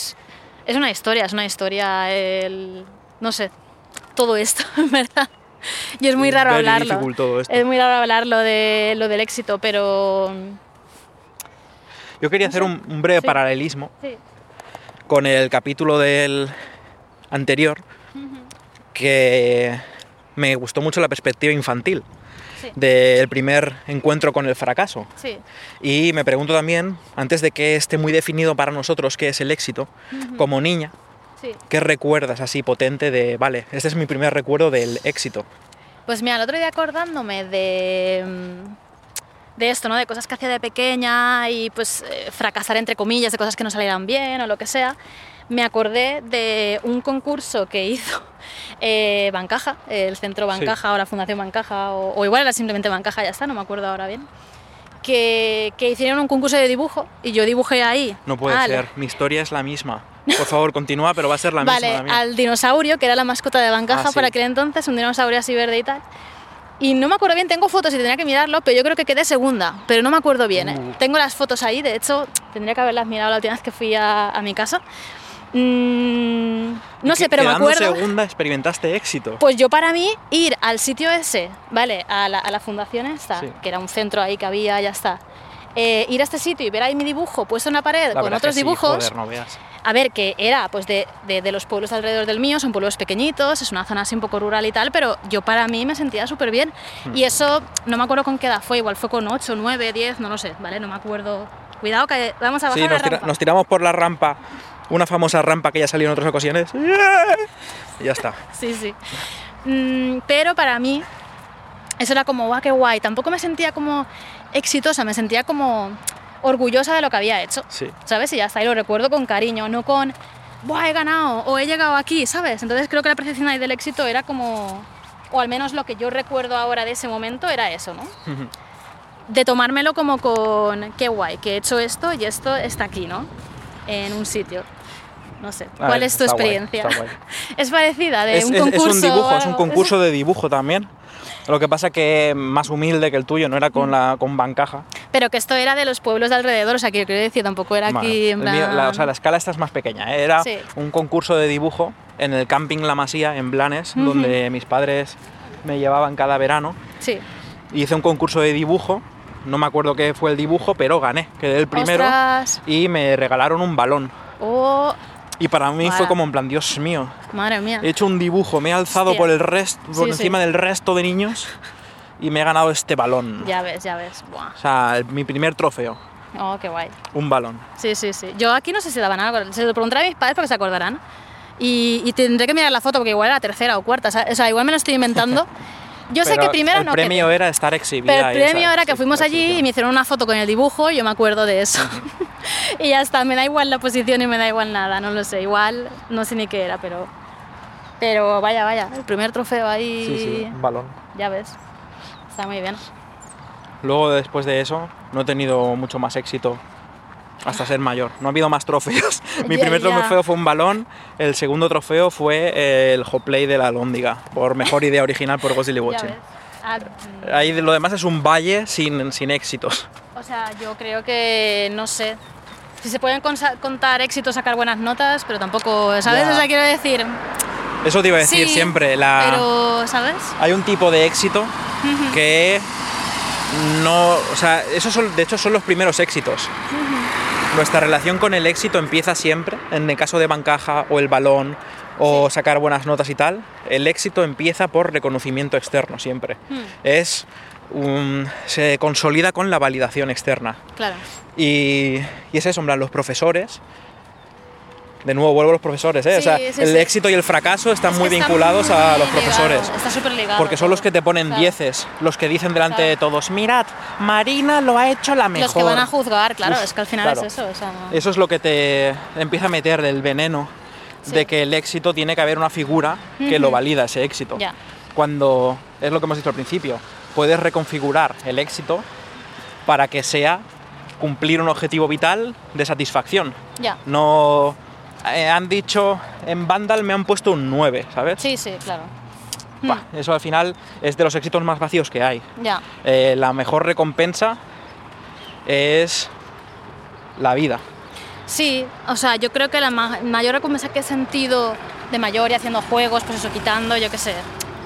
es una historia, no sé, todo esto, en verdad. Y es muy raro Very hablarlo. difficult todo esto. Es muy raro hablar lo del éxito, pero... Yo quería hacer un breve Sí. paralelismo Sí. con el capítulo del anterior que me gustó mucho la perspectiva infantil Sí. del primer encuentro con el fracaso. Sí. Y me pregunto también, antes de que esté muy definido para nosotros qué es el éxito, como niña, Sí. ¿qué recuerdas así potente de, vale, este es mi primer recuerdo del éxito? Pues mira, el otro día acordándome de esto, ¿no? De cosas que hacía de pequeña y pues fracasar entre comillas, de cosas que no salieran bien o lo que sea, me acordé de un concurso que hizo Bancaja, el Centro Bancaja o la Fundación Bancaja, o igual era simplemente Bancaja, ya está, no me acuerdo ahora bien, que hicieron un concurso de dibujo y yo dibujé ahí. No puede ser, mi historia es la misma. Por favor, continúa, pero va a ser la misma. Vale, la mía. al dinosaurio, que era la mascota de Bancaja Ah, sí. por aquel entonces, un dinosaurio así verde y tal. Y no me acuerdo bien, tengo fotos y tendría que mirarlo, pero yo creo que quedé segunda, pero no me acuerdo bien. Tengo las fotos ahí, de hecho, tendría que haberlas mirado la última vez que fui a mi casa. No sé, pero me Quedando acuerdo. segunda experimentaste éxito. Pues yo para mí ir al sitio ese, ¿vale? A la fundación esta, Sí. que era un centro ahí que había, ya está. Ir a este sitio y ver ahí mi dibujo puesto en la pared La con verdad otros que sí, dibujos. joder, no veas. A ver, que era pues de los pueblos alrededor del mío, son pueblos pequeñitos, es una zona así un poco rural y tal, pero yo para mí me sentía súper bien. Y eso, no me acuerdo con qué edad fue, igual fue con 8, 9, 10, no lo sé, ¿vale? No me acuerdo. Cuidado que vamos a bajar Sí, la rampa. nos tiramos por la rampa, una famosa rampa que ya salió en otras ocasiones. Y ya está. Sí. Pero para mí, eso era como, guau, qué guay. Tampoco me sentía como exitosa, me sentía como orgullosa de lo que había hecho. Sí. ¿Sabes? Y ya está, y lo recuerdo con cariño, no con, buah, he ganado o he llegado aquí, ¿sabes? Entonces creo que la percepción ahí del éxito era como, o al menos lo que yo recuerdo ahora de ese momento era eso, ¿no? De tomármelo como con, qué guay, que he hecho esto y esto está aquí, ¿no? En un sitio. No sé. A ¿Cuál ver, es tu está guay, experiencia? está guay. Es parecida, de Es, un es- concurso. es un dibujo, o es un algo. concurso de dibujo también. Lo que pasa que más humilde que el tuyo, no era con Bancaja. Pero que esto era de los pueblos de alrededor, o sea, que yo quiero decir, tampoco era Bueno, aquí en el mío, plan... o sea, la escala esta es más pequeña. Era Sí. un concurso de dibujo en el camping La Masía, en Blanes, donde mis padres me llevaban cada verano. Sí. Y hice un concurso de dibujo, no me acuerdo qué fue el dibujo, pero gané, quedé el primero. ¡Ostras! Y me regalaron un balón. ¡Oh! Y para mí Guau. fue como en plan, Dios mío, Madre mía. he hecho un dibujo, me he alzado Hostia. por el resto, por Sí, encima sí. del resto de niños y me he ganado este balón. Ya ves. Buah. O sea, mi primer trofeo, Oh, qué guay. un balón. Sí. Yo aquí no sé si daban algo, se lo preguntaré a mis padres porque se acordarán. Y tendré que mirar la foto porque igual era la tercera o cuarta, o sea, igual me lo estoy inventando. Yo sé Pero que primero el no premio quedé. era estar exhibida. Pero el ahí, premio ¿sabes? era que Sí, fuimos sí, allí sí. y me hicieron una foto con el dibujo, yo me acuerdo de eso. Y ya está, me da igual la posición y me da igual nada, no lo sé. Igual no sé ni qué era, pero vaya, el primer trofeo ahí, Sí, sí, un balón. ya ves, está muy bien. Luego, después de eso, no he tenido mucho más éxito hasta ser mayor. No ha habido más trofeos. Mi Ya, primer ya. trofeo fue un balón, el segundo trofeo fue el Hoplay de la Alhóndiga, por mejor idea original por Ghost Daily Ya Watching. ves. Ah, Ahí lo demás es un valle sin éxitos. o sea, yo creo que, no sé, si se pueden contar éxitos, sacar buenas notas, pero tampoco, ¿sabes? Ya. O sea, quiero decir, Eso te iba a decir sí, siempre. pero, ¿sabes? Hay un tipo de éxito que no... O sea, de hecho son los primeros éxitos. Nuestra relación con el éxito empieza siempre, en el caso de Bancaja o el balón o sacar buenas notas y tal, el éxito empieza por reconocimiento externo siempre. Se consolida con la validación externa. Claro. Y es eso, en plan, los profesores... De nuevo vuelvo a los profesores, ¿eh? Sí, O sea, sí, el sí. éxito y el fracaso están Es muy que está vinculados muy a los ligado, profesores. Está súper ligado. Porque son los que te ponen Claro. dieces, los que dicen delante Claro. de todos, mirad, Marina lo ha hecho la mejor. Los que van a juzgar, claro, Uf, es que al final claro. es eso. O sea, no- Eso es lo que te empieza a meter el veneno Sí. de que el éxito tiene que haber una figura que lo valida, ese éxito. Ya. Cuando, es lo que hemos dicho al principio, puedes reconfigurar el éxito para que sea cumplir un objetivo vital de satisfacción. Ya. No... han dicho, en Vandal me han puesto un 9, ¿sabes? Sí, sí, claro. Bah, eso al final es de los éxitos más vacíos que hay. Ya. La mejor recompensa es la vida. Sí, o sea, yo creo que la mayor recompensa que he sentido de mayor y haciendo juegos, pues eso, quitando, yo qué sé,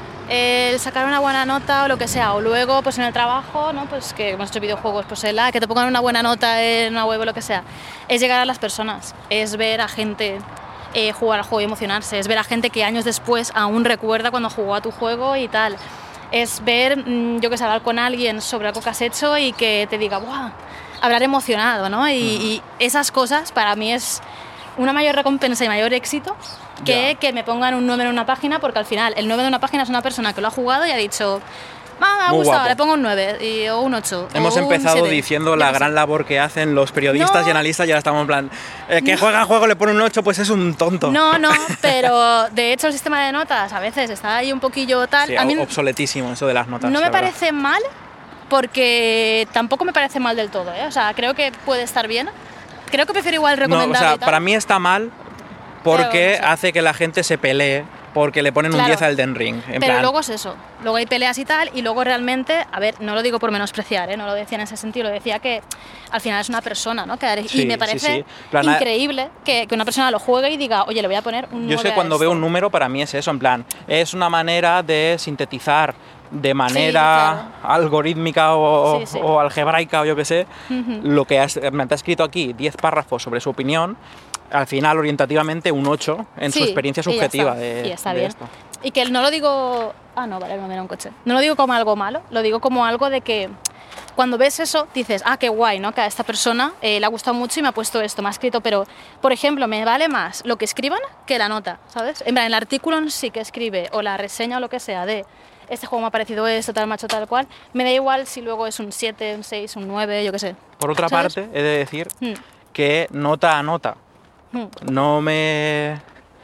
el sacar una buena nota o lo que sea, o luego pues en el trabajo, ¿no? Pues que hemos hecho videojuegos, pues que te pongan una buena nota en una web o lo que sea, es llegar a las personas, es ver a gente jugar al juego y emocionarse, es ver a gente que años después aún recuerda cuando jugó a tu juego y tal, es ver, yo que sé, hablar con alguien sobre algo que has hecho y que te diga, ¡buah! Hablar emocionado, ¿no? Y esas cosas para mí es una mayor recompensa y mayor éxito que Ya. que me pongan un 9 en una página, porque al final el 9 de una página es una persona que lo ha jugado y ha dicho, me ha Muy gustado, guapo. le pongo un 9 o un 8. Hemos o un empezado 7. diciendo Yo la qué sé. gran labor que hacen los periodistas No. y analistas y ahora estamos en plan, que juega juego le pone un 8, pues es un tonto. No, pero de hecho el sistema de notas a veces está ahí un poquillo tal. Sí, a mí obsoletísimo eso de las notas. no me la verdad. parece mal, porque tampoco me parece mal del todo, ¿eh? O sea, creo que puede estar bien. Creo que prefiero igual No, o recomendarlo sea, y tal. para mí está mal porque Pero, no sé. hace que la gente se pelee porque le ponen un Claro. 10 al Elden Ring. En Pero plan, luego es eso, luego hay peleas y tal, y luego realmente, a ver, no lo digo por menospreciar, ¿eh? No lo decía en ese sentido, lo decía que al final es una persona, ¿no? Sí, Y me sí, parece sí. Plan, increíble que una persona lo juegue y diga, oye, le voy a poner un 9 yo es que a cuando esto. veo un número para mí es eso, en plan, es una manera de sintetizar de manera algorítmica Sí, sí. o algebraica o yo qué sé, lo que me ha escrito aquí, 10 párrafos sobre su opinión, al final orientativamente un 8 en su Sí, experiencia y ya subjetiva está, y está de bien. esto. Y que no lo digo... Ah, no, vale, no me era un coche. No lo digo como algo malo, lo digo como algo de que cuando ves eso dices, ah, qué guay, ¿no? Que a esta persona le ha gustado mucho y me ha puesto esto, me ha escrito, pero, por ejemplo, me vale más lo que escriban que la nota, ¿sabes? En plan, el artículo en sí que escribe o la reseña o lo que sea de este juego me ha parecido esto, tal macho, tal cual, me da igual si luego es un 7, un 6, un 9, yo qué sé. Por otra ¿Sabes? parte, he de decir Mm. que nota a nota no me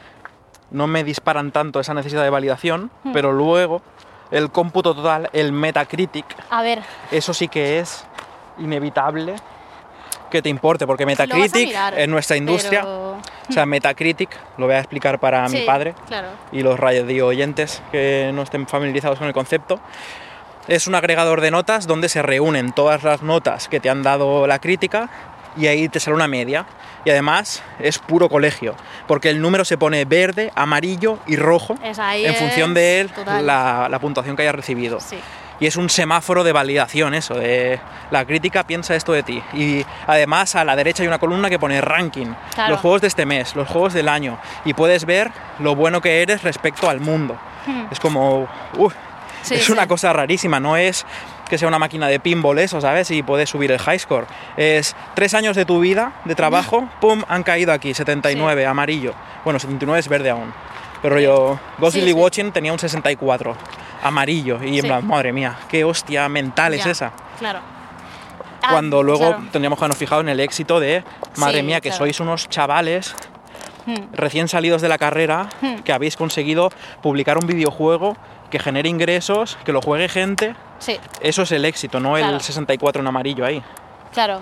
disparan tanto esa necesidad de validación, pero luego el cómputo total, el Metacritic, A ver, eso sí que es inevitable que te importe, porque lo vas a Metacritic mirar, en nuestra industria, pero- o sea, Metacritic, lo voy a explicar para mi Sí, padre claro. y los radio oyentes que no estén familiarizados con el concepto, es un agregador de notas donde se reúnen todas las notas que te han dado la crítica y ahí te sale una media. Y además es puro colegio, porque el número se pone verde, amarillo y rojo Es ahí en función de él, total. la puntuación que hayas recibido. Sí. Y es un semáforo de validación eso, de la crítica piensa esto de ti. Y además a la derecha hay una columna que pone ranking, Claro. los juegos de este mes, los juegos del año, y puedes ver lo bueno que eres respecto al mundo. Es como, Sí, es sí. una cosa rarísima, no es que sea una máquina de pinball eso, ¿sabes? Y puedes subir el high score. Es 3 años de tu vida, de trabajo, pum, han caído aquí, 79, amarillo. Bueno, 79 es verde aún. Pero yo, Ghostly Sí. Watching tenía un 64, amarillo, y en Sí. plan, madre mía, qué hostia mental es Ya, esa. Claro. Cuando luego claro. tendríamos que habernos fijado en el éxito de, madre Sí, mía, que claro. sois unos chavales Hmm. recién salidos de la carrera, que habéis conseguido publicar un videojuego que genere ingresos, que lo juegue gente. Sí, Eso es el éxito, no Claro. el 64 en amarillo ahí. claro.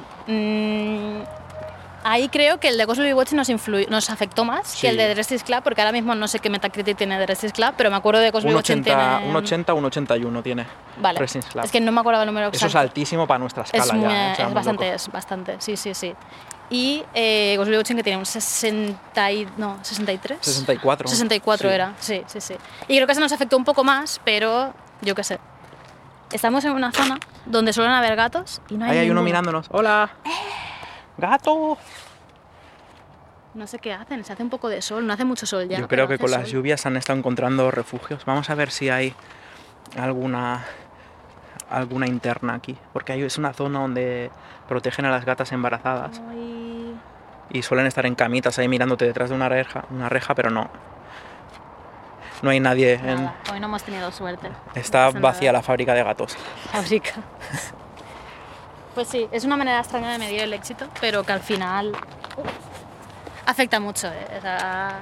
Ahí creo que el de Ghostly Watching nos afectó más Sí. que el de The Resistance Club, porque ahora mismo no sé qué Metacritic tiene The Resistance Club, pero me acuerdo de Ghostly Un Watching 80, tiene... un 80, un 81 tiene. Vale. Resistance Club. Es que no me acuerdo el número Eso exacto. es altísimo para nuestra escala Es, muy- ya. O sea, es muy bastante, loco. es bastante, sí, sí, sí. Y Ghostly Watching que tiene un 63. 64. 64 Sí. era, sí, sí, sí. Y creo que se nos afectó un poco más, pero yo qué sé. Estamos en una zona donde suelen haber gatos y no hay Ahí hay uno ninguno. mirándonos. ¡Hola! ¡Gato! No sé qué hacen, se hace un poco de sol, no hace mucho sol ya. Yo pero creo que hace con las sol. lluvias han estado encontrando refugios. Vamos a ver si hay alguna interna aquí. Porque es una zona donde protegen a las gatas embarazadas. Ay, Y suelen estar en camitas ahí mirándote detrás de una reja, pero no. No hay nadie. nada, hoy no hemos tenido suerte. Está No pasa vacía nada. la fábrica de gatos. Fábrica. Pues sí, es una manera extraña de medir el éxito, pero que al final afecta mucho. O sea,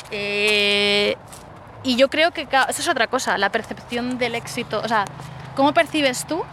y yo creo que eso es otra cosa, la percepción del éxito. O sea, ¿cómo percibes tú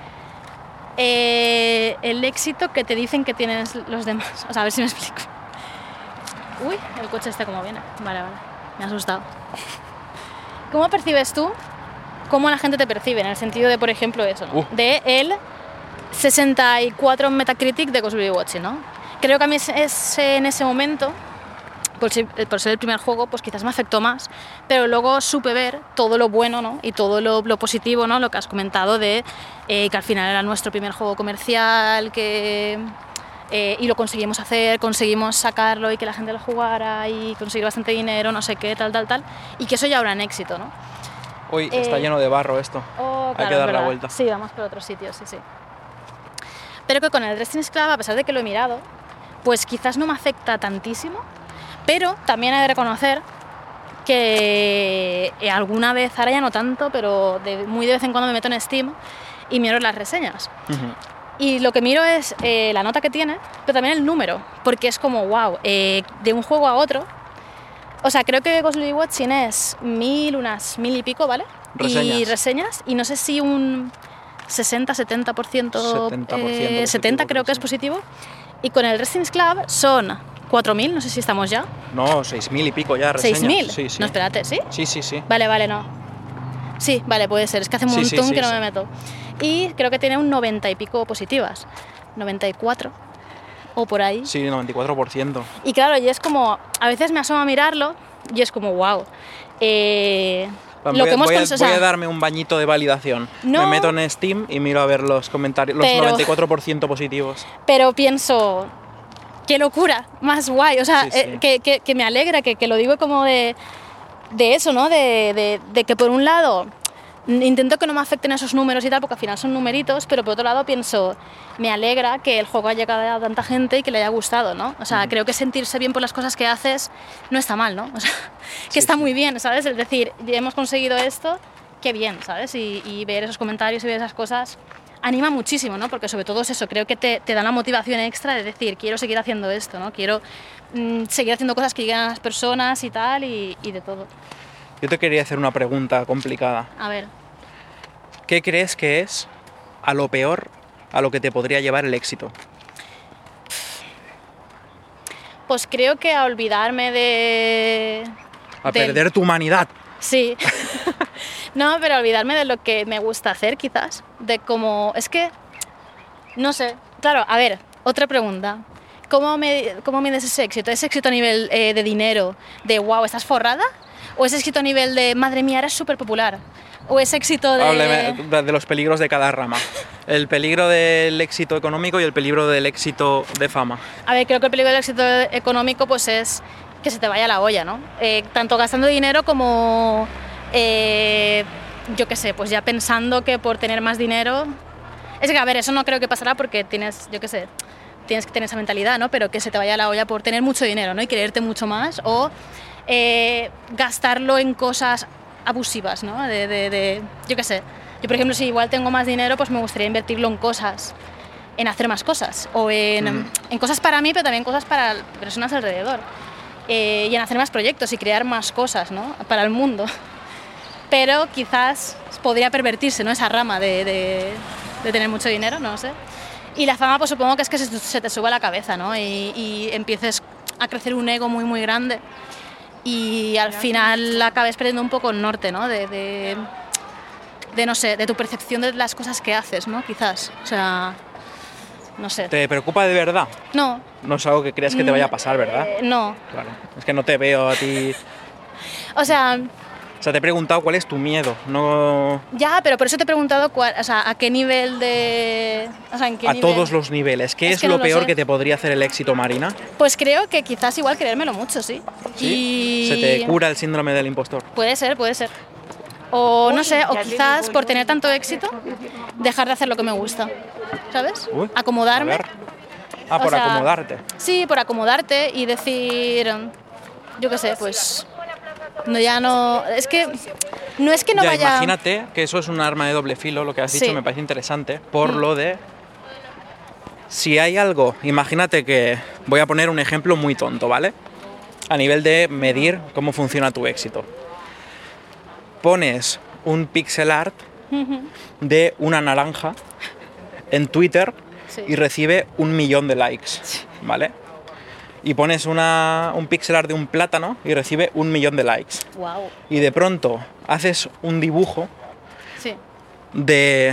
el éxito que te dicen que tienes los demás? O sea, a ver si me explico. Uy, el coche está como viene. Vale, vale, me ha asustado. ¿Cómo percibes tú cómo la gente te percibe? En el sentido de, por ejemplo, eso, ¿no? De el 64 en Metacritic de Ghostly Watching, ¿no? Creo que a mí en ese momento, por ser el primer juego, pues quizás me afectó más, pero luego supe ver todo lo bueno, ¿no? Y todo lo positivo, ¿no? Lo que has comentado de que al final era nuestro primer juego comercial, y lo conseguimos hacer, conseguimos sacarlo y que la gente lo jugara y conseguir bastante dinero, no sé qué, tal, y que eso ya era un éxito, ¿no? Uy, está lleno de barro esto. Oh, Hay claro, que es dar la verdad. vuelta. Sí, vamos por otro sitio, sí, sí. Pero que con el Resistance Club, a pesar de que lo he mirado, pues quizás no me afecta tantísimo, pero también he de reconocer que alguna vez, ahora ya no tanto, pero muy de vez en cuando me meto en Steam y miro las reseñas. Ujú. Y lo que miro es la nota que tiene, pero también el número, porque es como, wow, de un juego a otro. O sea, creo que Ghostly Watching es unas 1000 y pico, ¿vale? Y reseñas, y no sé si un 60-70%, 70% 70 creo que es positivo. Y con el Resistance Club son 4000, no sé si estamos ya. No, 6000 y pico ya reseñas. 6000. Sí, sí. No, espérate, ¿sí? Sí, sí, sí. Vale, no. Sí, vale, puede ser. Es que hace un Sí, montón sí, que no sí. me meto. Y creo que tiene un 90 y pico positivas. 94 o por ahí. Sí, 94%. Y claro, y es como, a veces me asomo a mirarlo y es como, wow. Voy a darme un bañito de validación. No. Me meto en Steam y miro a ver los comentarios, los Pero- 94% positivos. Pero pienso, qué locura, más guay. O sea, Sí, sí. que me alegra, que lo digo como de eso, ¿no? De que por un lado intento que no me afecten esos números y tal, porque al final son numeritos, pero por otro lado pienso, me alegra que el juego haya llegado a tanta gente y que le haya gustado, ¿no? O sea, creo que sentirse bien por las cosas que haces no está mal, ¿no? O sea, que Sí, está sí. muy bien, ¿sabes? Es decir, ya hemos conseguido esto, qué bien, ¿sabes? Y ver esos comentarios y ver esas cosas anima muchísimo, ¿no? Porque sobre todo es eso, creo que te da la motivación extra de decir, quiero seguir haciendo esto, ¿no? Quiero seguir haciendo cosas que lleguen a las personas y tal, y de todo. Yo te quería hacer una pregunta complicada. A ver, ¿Qué crees que es a lo peor a lo que te podría llevar el éxito? pues creo que a olvidarme A del- perder tu humanidad. Sí. No, pero olvidarme de lo que me gusta hacer, quizás. De cómo... Es que... No sé. Claro, a ver, otra pregunta. ¿Cómo mides ese éxito? ¿Es éxito a nivel de dinero? ¿De wow, estás forrada? ¿O es éxito a nivel de madre mía, eres súper popular? ¿O es éxito de...? Háblame de los peligros de cada rama. El peligro del éxito económico y el peligro del éxito de fama. A ver, creo que el peligro del éxito económico pues es que se te vaya la olla, ¿no? Tanto gastando dinero como, yo qué sé, pues ya pensando que por tener más dinero... Es que, a ver, eso no creo que pasará porque tienes, yo qué sé, tienes que tener esa mentalidad, ¿no? Pero que se te vaya la olla por tener mucho dinero, ¿no? Y creerte mucho más o gastarlo en cosas abusivas, ¿no? Yo qué sé. Yo, por ejemplo, si igual tengo más dinero, pues me gustaría invertirlo en cosas, en hacer más cosas, o en cosas para mí, pero también cosas para personas alrededor. Y en hacer más proyectos y crear más cosas, ¿no? Para el mundo. Pero quizás podría pervertirse, ¿no? Esa rama de tener mucho dinero, no lo sé. Y la fama, pues supongo que es que se te sube a la cabeza, ¿no? Y empieces a crecer un ego muy, muy grande. Y al final acabes perdiendo un poco el norte, ¿no? De no sé, de tu percepción de las cosas que haces, ¿no? Quizás, o sea, no sé. ¿Te preocupa de verdad? No. No es algo que creas que te vaya a pasar, ¿verdad? No. Claro, es que no te veo a ti... O sea, te he preguntado cuál es tu miedo, no... Ya, pero por eso te he preguntado a qué nivel de... O sea, ¿en qué nivel? Todos los niveles. ¿Qué es que lo no lo peor sé. que te podría hacer el éxito, Marina? Pues creo que quizás igual creérmelo mucho, sí. ¿Sí? Y... ¿Se te cura el síndrome del impostor? Puede ser. O no sé, o quizás por tener tanto éxito, dejar de hacer lo que me gusta, ¿sabes? Uy, Acomodarme. a ver. Ah, por acomodarte. Sí, por acomodarte y decir, yo qué sé, pues... Es que no Ya, vaya... imagínate que eso es un arma de doble filo, lo que has dicho Sí. me parece interesante, por lo de... Si hay algo, imagínate que... Voy a poner un ejemplo muy tonto, ¿vale? A nivel de medir cómo funciona tu éxito. Pones un pixel art de una naranja en Twitter Sí. y recibe 1 millón de likes, ¿vale? Y pones un pixel art de un plátano y recibe 1 millón de likes. Wow. Y de pronto haces un dibujo Sí. de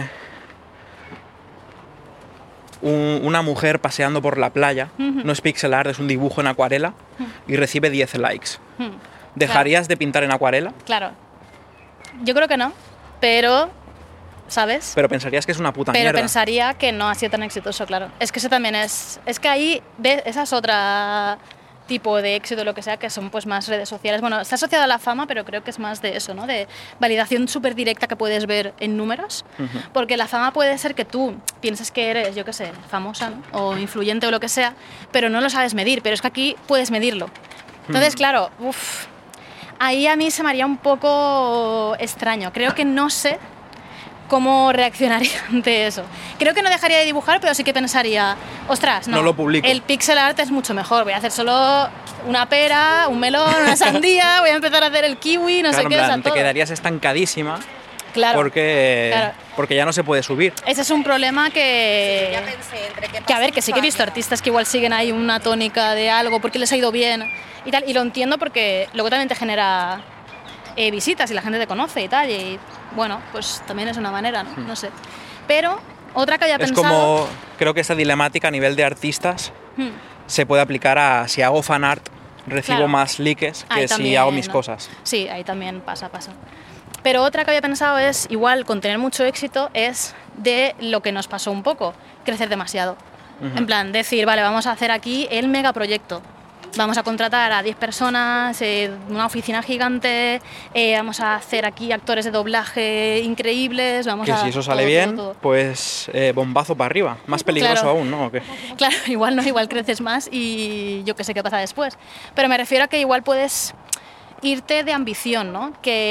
una mujer paseando por la playa, no es pixel art, es un dibujo en acuarela y recibe 10 likes. ¿Dejarías de pintar en acuarela? Claro. Yo creo que no, pero... ¿Sabes? Pero pensarías que es una puta Pero mierda. pensaría que no ha sido tan exitoso, claro. Es que eso también es que ahí, ves, esa es otra tipo de éxito, lo que sea, que son pues más redes sociales. Bueno, está asociado a la fama, pero creo que es más de eso, ¿no? De validación súper directa que puedes ver en números. Porque la fama puede ser que tú pienses que eres, yo qué sé, famosa, ¿no? O influyente o lo que sea, pero no lo sabes medir. Pero es que aquí puedes medirlo. Entonces, claro, ahí a mí se me haría un poco extraño. Creo que no sé cómo reaccionaría ante eso. Creo que no dejaría de dibujar, pero sí que pensaría, ostras, No lo publico. el pixel art es mucho mejor, voy a hacer solo una pera, un melón, una sandía, voy a empezar a hacer el kiwi, no Claro, sé qué, en o plan, sea, te todo. quedarías estancadísima Claro, porque ya no se puede subir. ese es un problema que a ver, que sí que he visto artistas que igual siguen ahí una tónica de algo porque les ha ido bien y tal, y lo entiendo porque luego también te genera visitas y la gente te conoce y tal, y bueno, pues también es una manera, ¿no? No sé. Pero otra que había Es pensado... como, creo que esta dilemática a nivel de artistas se puede aplicar a si hago fan art, recibo Claro. más likes que Ahí si también, hago mis ¿no? cosas. Sí, ahí también pasa. Pero otra que había pensado es, igual con tener mucho éxito, es de lo que nos pasó un poco, crecer demasiado. En plan, decir, vale, vamos a hacer aquí el megaproyecto. Vamos a contratar a 10 personas, una oficina gigante, vamos a hacer aquí actores de doblaje increíbles, vamos Que a... si eso sale todo, bien, todo. pues bombazo para arriba. Más peligroso Claro. aún, ¿no? ¿O qué? Claro, igual no, igual creces más y yo qué sé qué pasa después. Pero me refiero a que igual puedes irte de ambición, ¿no?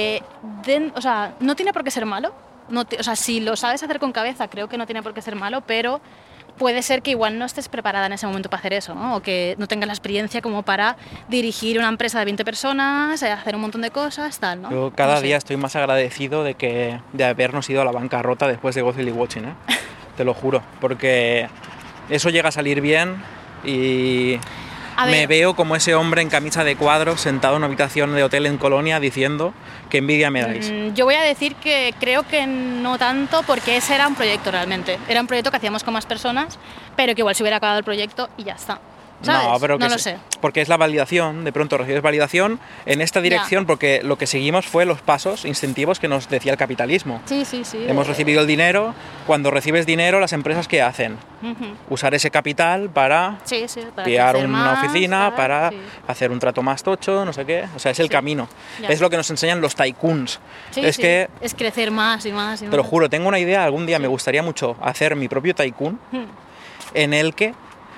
O sea, no tiene por qué ser malo. O sea, si lo sabes hacer con cabeza, creo que no tiene por qué ser malo, pero puede ser que igual no estés preparada en ese momento para hacer eso, ¿no? O que no tengas la experiencia como para dirigir una empresa de 20 personas, hacer un montón de cosas, tal, ¿no? Yo cada No sé. día estoy más agradecido de habernos ido a la bancarrota después de Ghostly Watching, ¿eh? Te lo juro, porque eso llega a salir bien y A ver. me veo como ese hombre en camisa de cuadros sentado en una habitación de hotel en Colonia diciendo que envidia me dais. Yo voy a decir que creo que no tanto, porque ese era un proyecto realmente. Era un proyecto que hacíamos con más personas, pero que igual se hubiera acabado el proyecto y ya está. ¿Sabes? No, pero no que lo sí, sé. porque es la validación, de pronto recibes validación en esta dirección, porque lo que seguimos fue los pasos instintivos que nos decía el capitalismo. Sí. Hemos recibido el dinero, cuando recibes dinero, las empresas ¿qué hacen? Usar ese capital para Sí, para pillar crecer una más, oficina, tal, para sí. hacer un trato más tocho, no sé qué. O sea, es el Sí, camino. ya. Es lo que nos enseñan los tycoons. Sí, es que, es crecer más y más y te lo más. juro, tengo una idea, algún día me gustaría mucho hacer mi propio tycoon en el que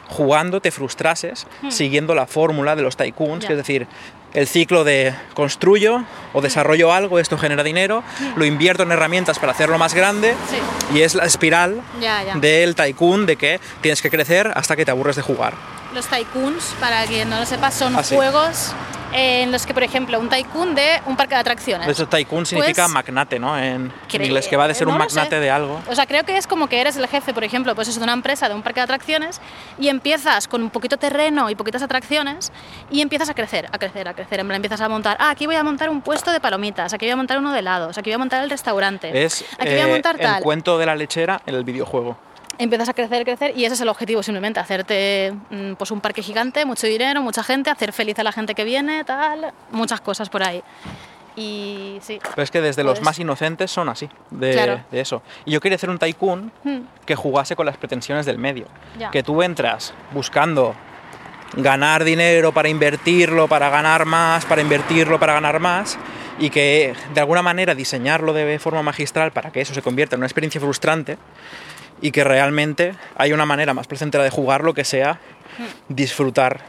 jugando te frustrases siguiendo la fórmula de los tycoons, que es decir, el ciclo de construyo o desarrollo algo, esto genera dinero, lo invierto en herramientas para hacerlo más grande, y es la espiral del tycoon de que tienes que crecer hasta que te aburres de jugar. Los tycoons, para quien no lo sepa, son juegos en los que, por ejemplo, un tycoon de un parque de atracciones. De hecho, tycoon significa magnate, ¿no? En inglés, que va de ser un magnate de algo. O sea, creo que es como que eres el jefe, por ejemplo, pues eso, de una empresa, de un parque de atracciones, y empiezas con un poquito terreno y poquitas atracciones, y empiezas a crecer. En plan, empiezas a montar, aquí voy a montar un puesto de palomitas, aquí voy a montar uno de helados, aquí voy a montar el restaurante, es aquí voy a montar tal. El cuento de la lechera en el videojuego. Empiezas a crecer, y ese es el objetivo, simplemente hacerte pues un parque gigante, mucho dinero, mucha gente, hacer feliz a la gente que viene, tal, muchas cosas por ahí. Y sí. Pero es que desde los más inocentes son así, de eso. Y yo quería hacer un tycoon que jugase con las pretensiones del medio. Que tú entras buscando ganar dinero para invertirlo, para ganar más, para invertirlo, para ganar más, y que de alguna manera diseñarlo de forma magistral para que eso se convierta en una experiencia frustrante, y que realmente hay una manera más placentera de jugarlo que sea disfrutar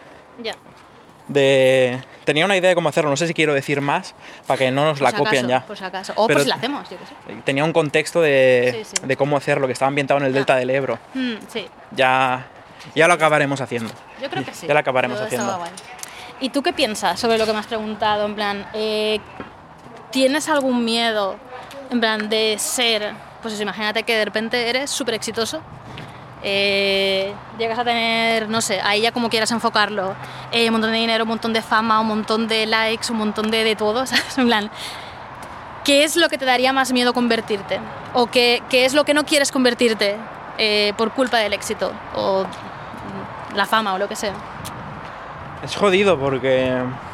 de... Tenía una idea de cómo hacerlo, no sé si quiero decir más para que no nos la copien ya. Por si acaso. O por si la hacemos, yo qué sé. Tenía un contexto de cómo hacerlo, que estaba ambientado en el delta del Ebro. Ya lo acabaremos haciendo. Yo creo que sí. Ya lo acabaremos haciendo. ¿Y tú qué piensas sobre lo que me has preguntado? En plan, ¿tienes algún miedo, en plan, de ser... Pues eso, imagínate que de repente eres súper exitoso, llegas a tener, no sé, ahí ya como quieras enfocarlo, un montón de dinero, un montón de fama, un montón de likes, un montón de todo, ¿sabes? En plan, ¿qué es lo que te daría más miedo convertirte? ¿O qué es lo que no quieres convertirte por culpa del éxito? O la fama o lo que sea. Es jodido porque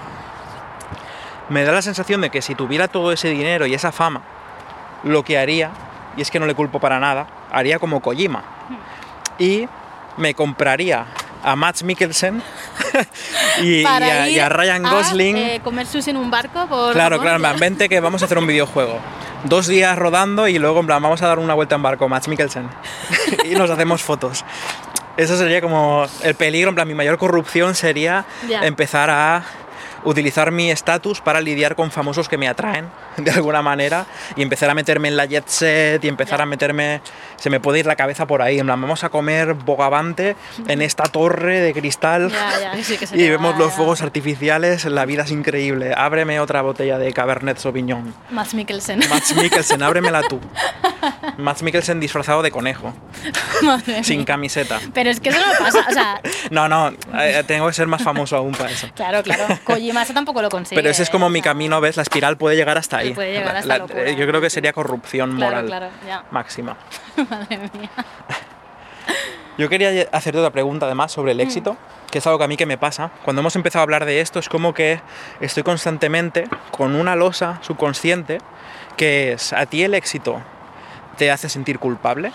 me da la sensación de que si tuviera todo ese dinero y esa fama, lo que haría, y es que no le culpo para nada, haría como Kojima y me compraría a Mads Mikkelsen y a Ryan Gosling. Comer sushi en un barco por Claro, en plan, vente que vamos a hacer un videojuego. 2 días rodando y luego en plan vamos a dar una vuelta en barco, Mads Mikkelsen. Y nos hacemos fotos. Eso sería como el peligro, en plan, mi mayor corrupción sería empezar a utilizar mi estatus para lidiar con famosos que me atraen de alguna manera y empezar a meterme en la jet set y empezar a meterme... Se me puede ir la cabeza por ahí, en plan, vamos a comer bogavante en esta torre de cristal y vemos los fuegos artificiales, la vida es increíble. Ábreme otra botella de Cabernet Sauvignon. Mads Mikkelsen, ábremela tú. Mads Mikkelsen disfrazado de conejo. Sin camiseta. Pero es que eso no pasa, o sea... No, tengo que ser más famoso aún para eso. Claro. Kojima eso tampoco lo consigue. Pero ese es como mi camino, ¿ves? La espiral puede llegar hasta ahí. Puede llegar hasta locura. Yo creo que sería corrupción moral máxima. Madre mía. Yo quería hacerte otra pregunta además sobre el éxito, que es algo que a mí que me pasa. Cuando hemos empezado a hablar de esto es como que estoy constantemente con una losa subconsciente que es, ¿a ti el éxito te hace sentir culpable?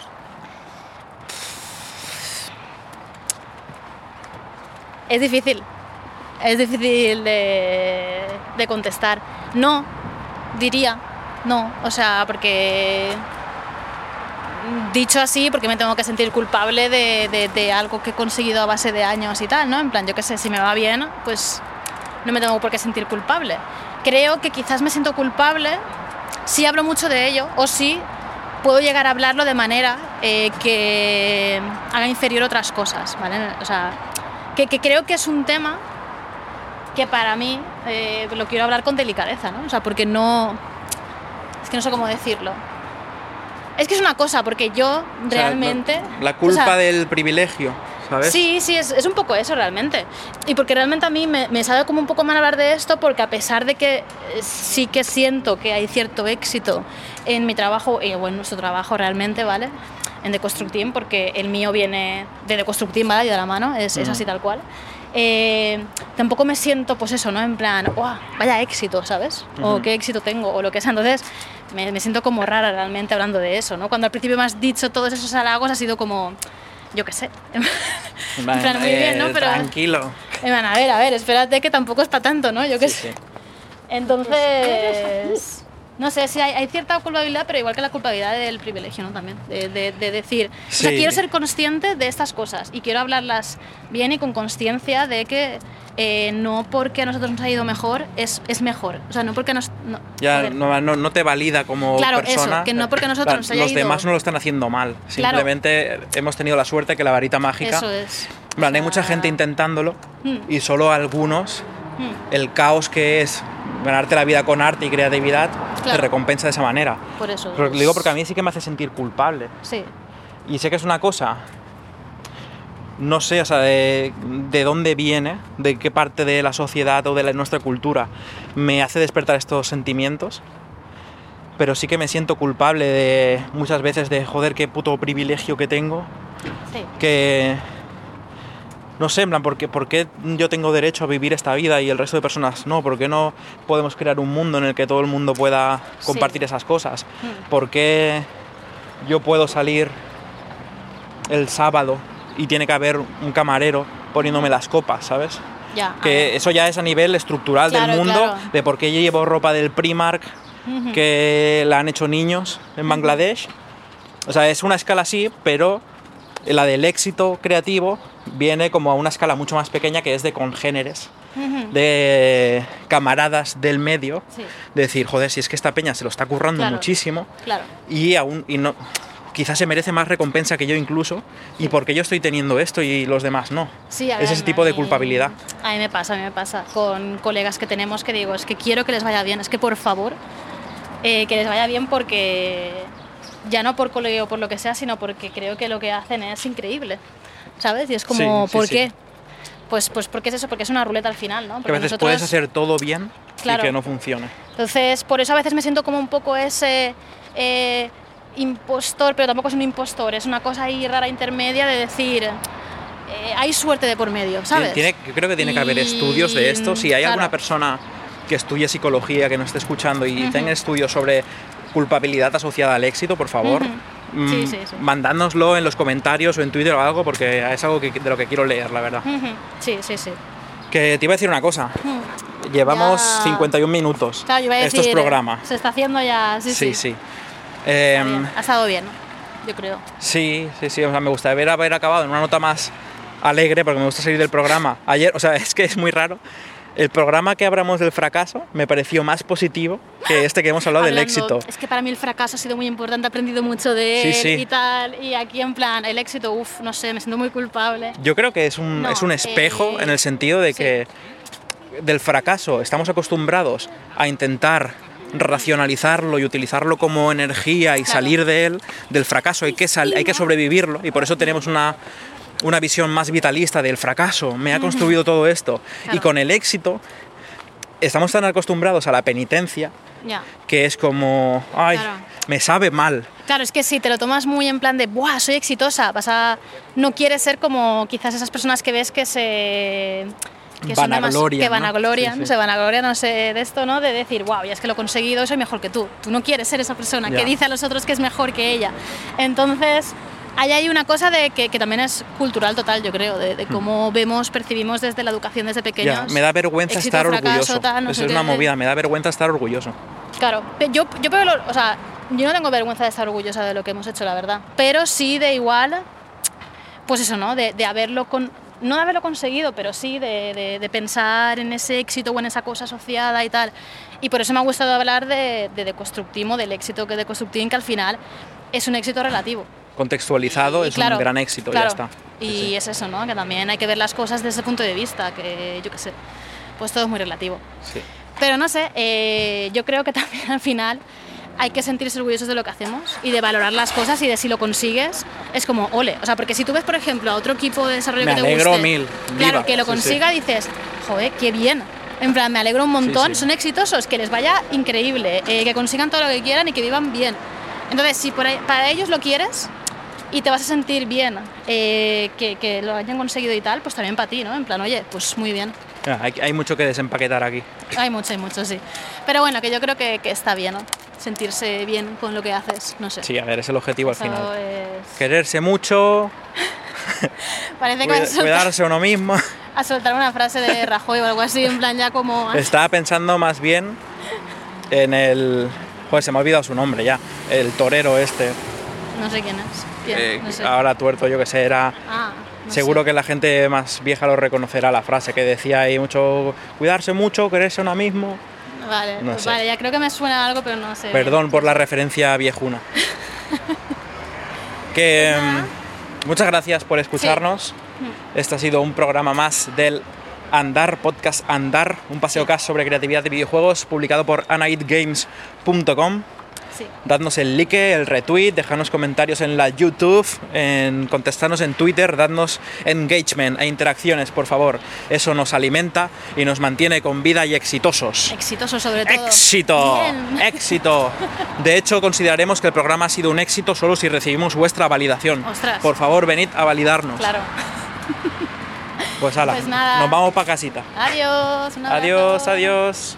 Es difícil de contestar. No, diría, no, o sea, porque dicho así, porque me tengo que sentir culpable de algo que he conseguido a base de años y tal, ¿no? En plan, yo qué sé, si me va bien, pues no me tengo por qué sentir culpable. Creo que quizás me siento culpable si hablo mucho de ello o si puedo llegar a hablarlo de manera que haga inferior otras cosas, ¿vale? O sea, que creo que es un tema que para mí lo quiero hablar con delicadeza, ¿no? O sea, porque no... Es que no sé cómo decirlo. Es que es una cosa, porque yo realmente... La culpa del privilegio, ¿sabes? Sí, es un poco eso realmente. Y porque realmente a mí me sabe como un poco mal hablar de esto, porque a pesar de que sí que siento que hay cierto éxito en mi trabajo, o en nuestro trabajo realmente, ¿vale? En The Construct Team, porque el mío viene de The Construct Team, ¿vale? Y de la mano, es así tal cual. Tampoco me siento, pues eso, ¿no? En plan, ¡oh, vaya éxito!, ¿sabes? O qué éxito tengo, o lo que sea. Entonces, me siento como rara realmente hablando de eso, ¿no? Cuando al principio me has dicho todos esos halagos, ha sido como, yo qué sé. En plan, muy bien, ¿no? Pero, tranquilo. A ver, espérate que tampoco es para tanto, ¿no? Yo qué sé. Sí. Entonces, No sé, sí hay cierta culpabilidad, pero igual que la culpabilidad del privilegio, ¿no? También, de decir, o sea, Sí. quiero ser consciente de estas cosas y quiero hablarlas bien y con consciencia de que no porque a nosotros nos ha ido mejor es mejor. O sea, no porque nos... No, Ya joder. no te valida como Claro, persona. eso, que no porque nosotros nos haya Los ido- demás no lo están haciendo mal. Claro. Simplemente hemos tenido la suerte que la varita mágica... Eso es. En plan, hay O mucha sea, gente intentándolo Mm. y solo algunos, mm, el caos que es ganarte la vida con arte y creatividad, te Claro. recompensa de esa manera. Por eso. Pero lo digo porque a mí sí que me hace sentir culpable. Sí. Y sé que es una cosa, no sé, o sea, de dónde viene, de qué parte de la sociedad o de nuestra cultura me hace despertar estos sentimientos. Pero sí que me siento culpable de muchas veces de, joder, qué puto privilegio que tengo. Sí. Que... No sé, en plan, ¿por qué yo tengo derecho a vivir esta vida y el resto de personas no? ¿Por qué no podemos crear un mundo en el que todo el mundo pueda compartir Sí. esas cosas? Mm. ¿Por qué yo puedo salir el sábado y tiene que haber un camarero poniéndome las copas, ¿sabes? Ya. Que eso ya es a nivel estructural Claro, del mundo, claro. de por qué yo llevo ropa del Primark Ujú. que la han hecho niños en Bangladesh. O sea, es una escala así, pero la del éxito creativo viene como a una escala mucho más pequeña, que es de congéneres, Ujú. de camaradas del medio, Sí. de decir, joder, si es que esta peña se lo está currando Claro. muchísimo Claro. y no, quizás se merece más recompensa que yo incluso, y porque yo estoy teniendo esto y los demás no. Sí, a Es ver, ese tipo de a mí- culpabilidad. A mí me pasa con colegas que tenemos que digo, es que quiero que les vaya bien, es que por favor, que les vaya bien porque ya no por colegio o por lo que sea, sino porque creo que lo que hacen es increíble, ¿sabes? Y es como, Sí, sí, ¿por sí. qué? Pues porque es eso, porque es una ruleta al final, ¿no? Que a Porque veces nosotros- puedes hacer todo bien Claro. y que no funcione. Entonces, por eso a veces me siento como un poco ese impostor, pero tampoco es un impostor, es una cosa ahí rara intermedia de decir, hay suerte de por medio, ¿sabes? Yo creo que tiene que haber Y- estudios de esto. Si hay claro. alguna persona que estudie psicología, que nos esté escuchando y Ujú. tenga estudios sobre culpabilidad asociada al éxito, por favor, Ujú. Sí, sí, sí. mandádnoslo en los comentarios o en Twitter o algo, porque es algo de lo que quiero leer, la verdad. Ujú. Sí, sí, sí. Que te iba a decir una cosa. Ujú. Llevamos Ya. 51 minutos. Claro, yo iba a Esto decir, es programa. se está haciendo ya, sí, Sí, sí. sí. Está Em, bien. Ha estado bien, yo creo. Sí, sí, sí. O sea, me gustaría haber acabado en una nota más alegre, porque me gusta salir del programa. Ayer, o sea, es que es muy raro. El programa que hablamos del fracaso me pareció más positivo que este que hemos hablado del Hablando- éxito. Es que para mí el fracaso ha sido muy importante, he aprendido mucho de Sí, él sí. y tal. Y aquí en plan, el éxito, uff, no sé, me siento muy culpable. Yo creo que es un, No, es un espejo en el sentido de sí. que del fracaso estamos acostumbrados a intentar racionalizarlo y utilizarlo como energía y Claro. salir de él. Del fracaso hay que sobrevivirlo, y por eso tenemos una visión más vitalista del fracaso. Me ha construido todo esto. Claro. Y con el éxito estamos tan acostumbrados a la penitencia Ya. que es como, ay, Claro. me sabe mal. Claro, es que si te lo tomas muy en plan de, ¡buah, soy exitosa! No quieres ser como quizás esas personas que ves que se... Que son Vanaglorian, que ¿no? vanaglorian, Sí, sí. se vanaglorian, no sé, de esto, ¿no? De decir, wow, ya es que lo he conseguido, soy mejor que tú. Tú no quieres ser esa persona Ya. que dice a los otros que es mejor que ella. Entonces, ahí hay una cosa de que también es cultural total, yo creo, de cómo percibimos desde la educación desde pequeños. Ya, me da vergüenza éxito, estar fracaso, orgulloso. tal, no Eso sé es qué. una movida, me da vergüenza estar orgulloso. Claro, yo o sea, yo no tengo vergüenza de estar orgullosa de lo que hemos hecho, la verdad. Pero sí de igual, pues eso, ¿no? De haberlo no de haberlo conseguido, pero sí de pensar en ese éxito o en esa cosa asociada y tal. Y por eso me ha gustado hablar de deconstructivismo, del éxito que deconstructivismo, que al final es un éxito relativo. Contextualizado Y es claro, un gran éxito, claro. ya está. Y Sí, sí. es eso, ¿no? Que también hay que ver las cosas desde ese punto de vista, que yo qué sé, pues todo es muy relativo. Sí. Pero no sé, yo creo que también al final hay que sentirse orgullosos de lo que hacemos y de valorar las cosas, y de si lo consigues es como ole. O sea, porque si tú ves, por ejemplo, a otro equipo de desarrollo Me que te alegro guste, mil, claro, viva. que lo Sí, consiga, dices, joder, qué bien. En plan, me alegro un montón, Sí, sí. son exitosos, que les vaya increíble, que consigan todo lo que quieran y que vivan bien. Entonces, si para ellos lo quieres y te vas a sentir bien, que lo hayan conseguido y tal, pues también para ti, ¿no? En plan, oye, pues muy bien. Hay mucho que desempaquetar aquí. Hay mucho, sí. Pero bueno, que yo creo que está bien, ¿no? Sentirse bien con lo que haces, no sé. Sí, a ver, es el objetivo Eso al final. es- Quererse mucho, Parece que cuidarse uno mismo. a soltar una frase de Rajoy o algo así, en plan ya como... Estaba pensando más bien en el Joder, se me ha olvidado su nombre ya. El torero este. No sé quién es. ¿Quién? No sé. Ahora tuerto, yo que sé, era... No Seguro sé. que la gente más vieja lo reconocerá, la frase que decía ahí mucho, cuidarse mucho, quererse uno mismo. Vale, No sé. vale, ya creo que me suena algo, pero no sé. Perdón por la referencia viejuna. Que Pues nada. muchas gracias por escucharnos. Este ha sido un programa más del Andar, podcast Andar, un paseocast sobre creatividad de videojuegos, publicado por anaidgames.com. Sí. Dadnos el like, el retweet, dejadnos comentarios en la YouTube, contestadnos en Twitter, dadnos engagement e interacciones, por favor. Eso nos alimenta y nos mantiene con vida y exitosos. Exitoso sobre todo. ¡Éxito! Bien. ¡Éxito! De hecho, consideraremos que el programa ha sido un éxito solo si recibimos vuestra validación. Ostras. Por favor, venid a validarnos. Claro. Pues hala, Pues nada. nos vamos para casita. Adiós. Un abrazo. Adiós, adiós.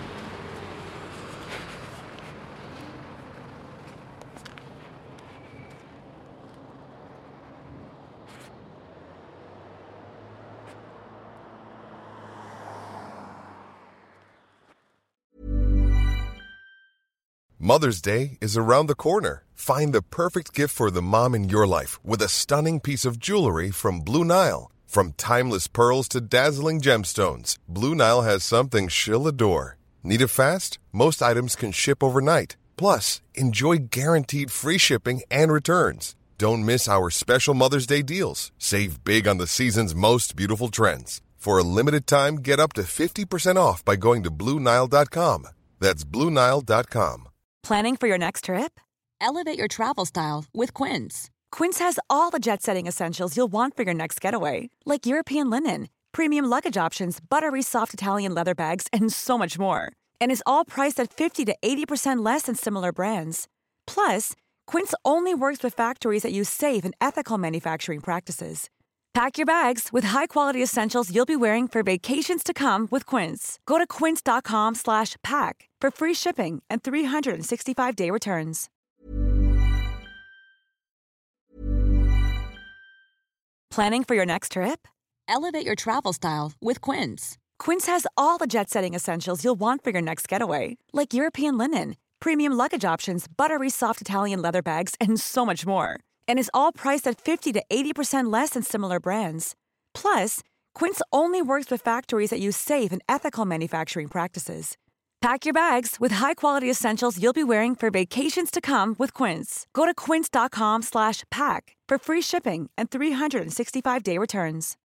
Mother's Day is around the corner. Find the perfect gift for the mom in your life with a stunning piece of jewelry from Blue Nile. From timeless pearls to dazzling gemstones, Blue Nile has something she'll adore. Need it fast? Most items can ship overnight. Plus, enjoy guaranteed free shipping and returns. Don't miss our special Mother's Day deals. Save big on the season's most beautiful trends. For a limited time, get up to 50% off by going to BlueNile.com. That's BlueNile.com. Planning for your next trip? Elevate your travel style with Quince. Quince has all the jet-setting essentials you'll want for your next getaway, like European linen, premium luggage options, buttery soft Italian leather bags, and so much more. And is all priced at 50 to 80% less than similar brands. Plus, Quince only works with factories that use safe and ethical manufacturing practices. Pack your bags with high-quality essentials you'll be wearing for vacations to come with Quince. Go to quince.com/pack for free shipping and 365-day returns. Planning for your next trip? Elevate your travel style with Quince. Quince has all the jet-setting essentials you'll want for your next getaway, like European linen, premium luggage options, buttery soft Italian leather bags, and so much more. And is all priced at 50 to 80% less than similar brands. Plus, Quince only works with factories that use safe and ethical manufacturing practices. Pack your bags with high-quality essentials you'll be wearing for vacations to come with Quince. Go to quince.com/pack for free shipping and 365-day returns.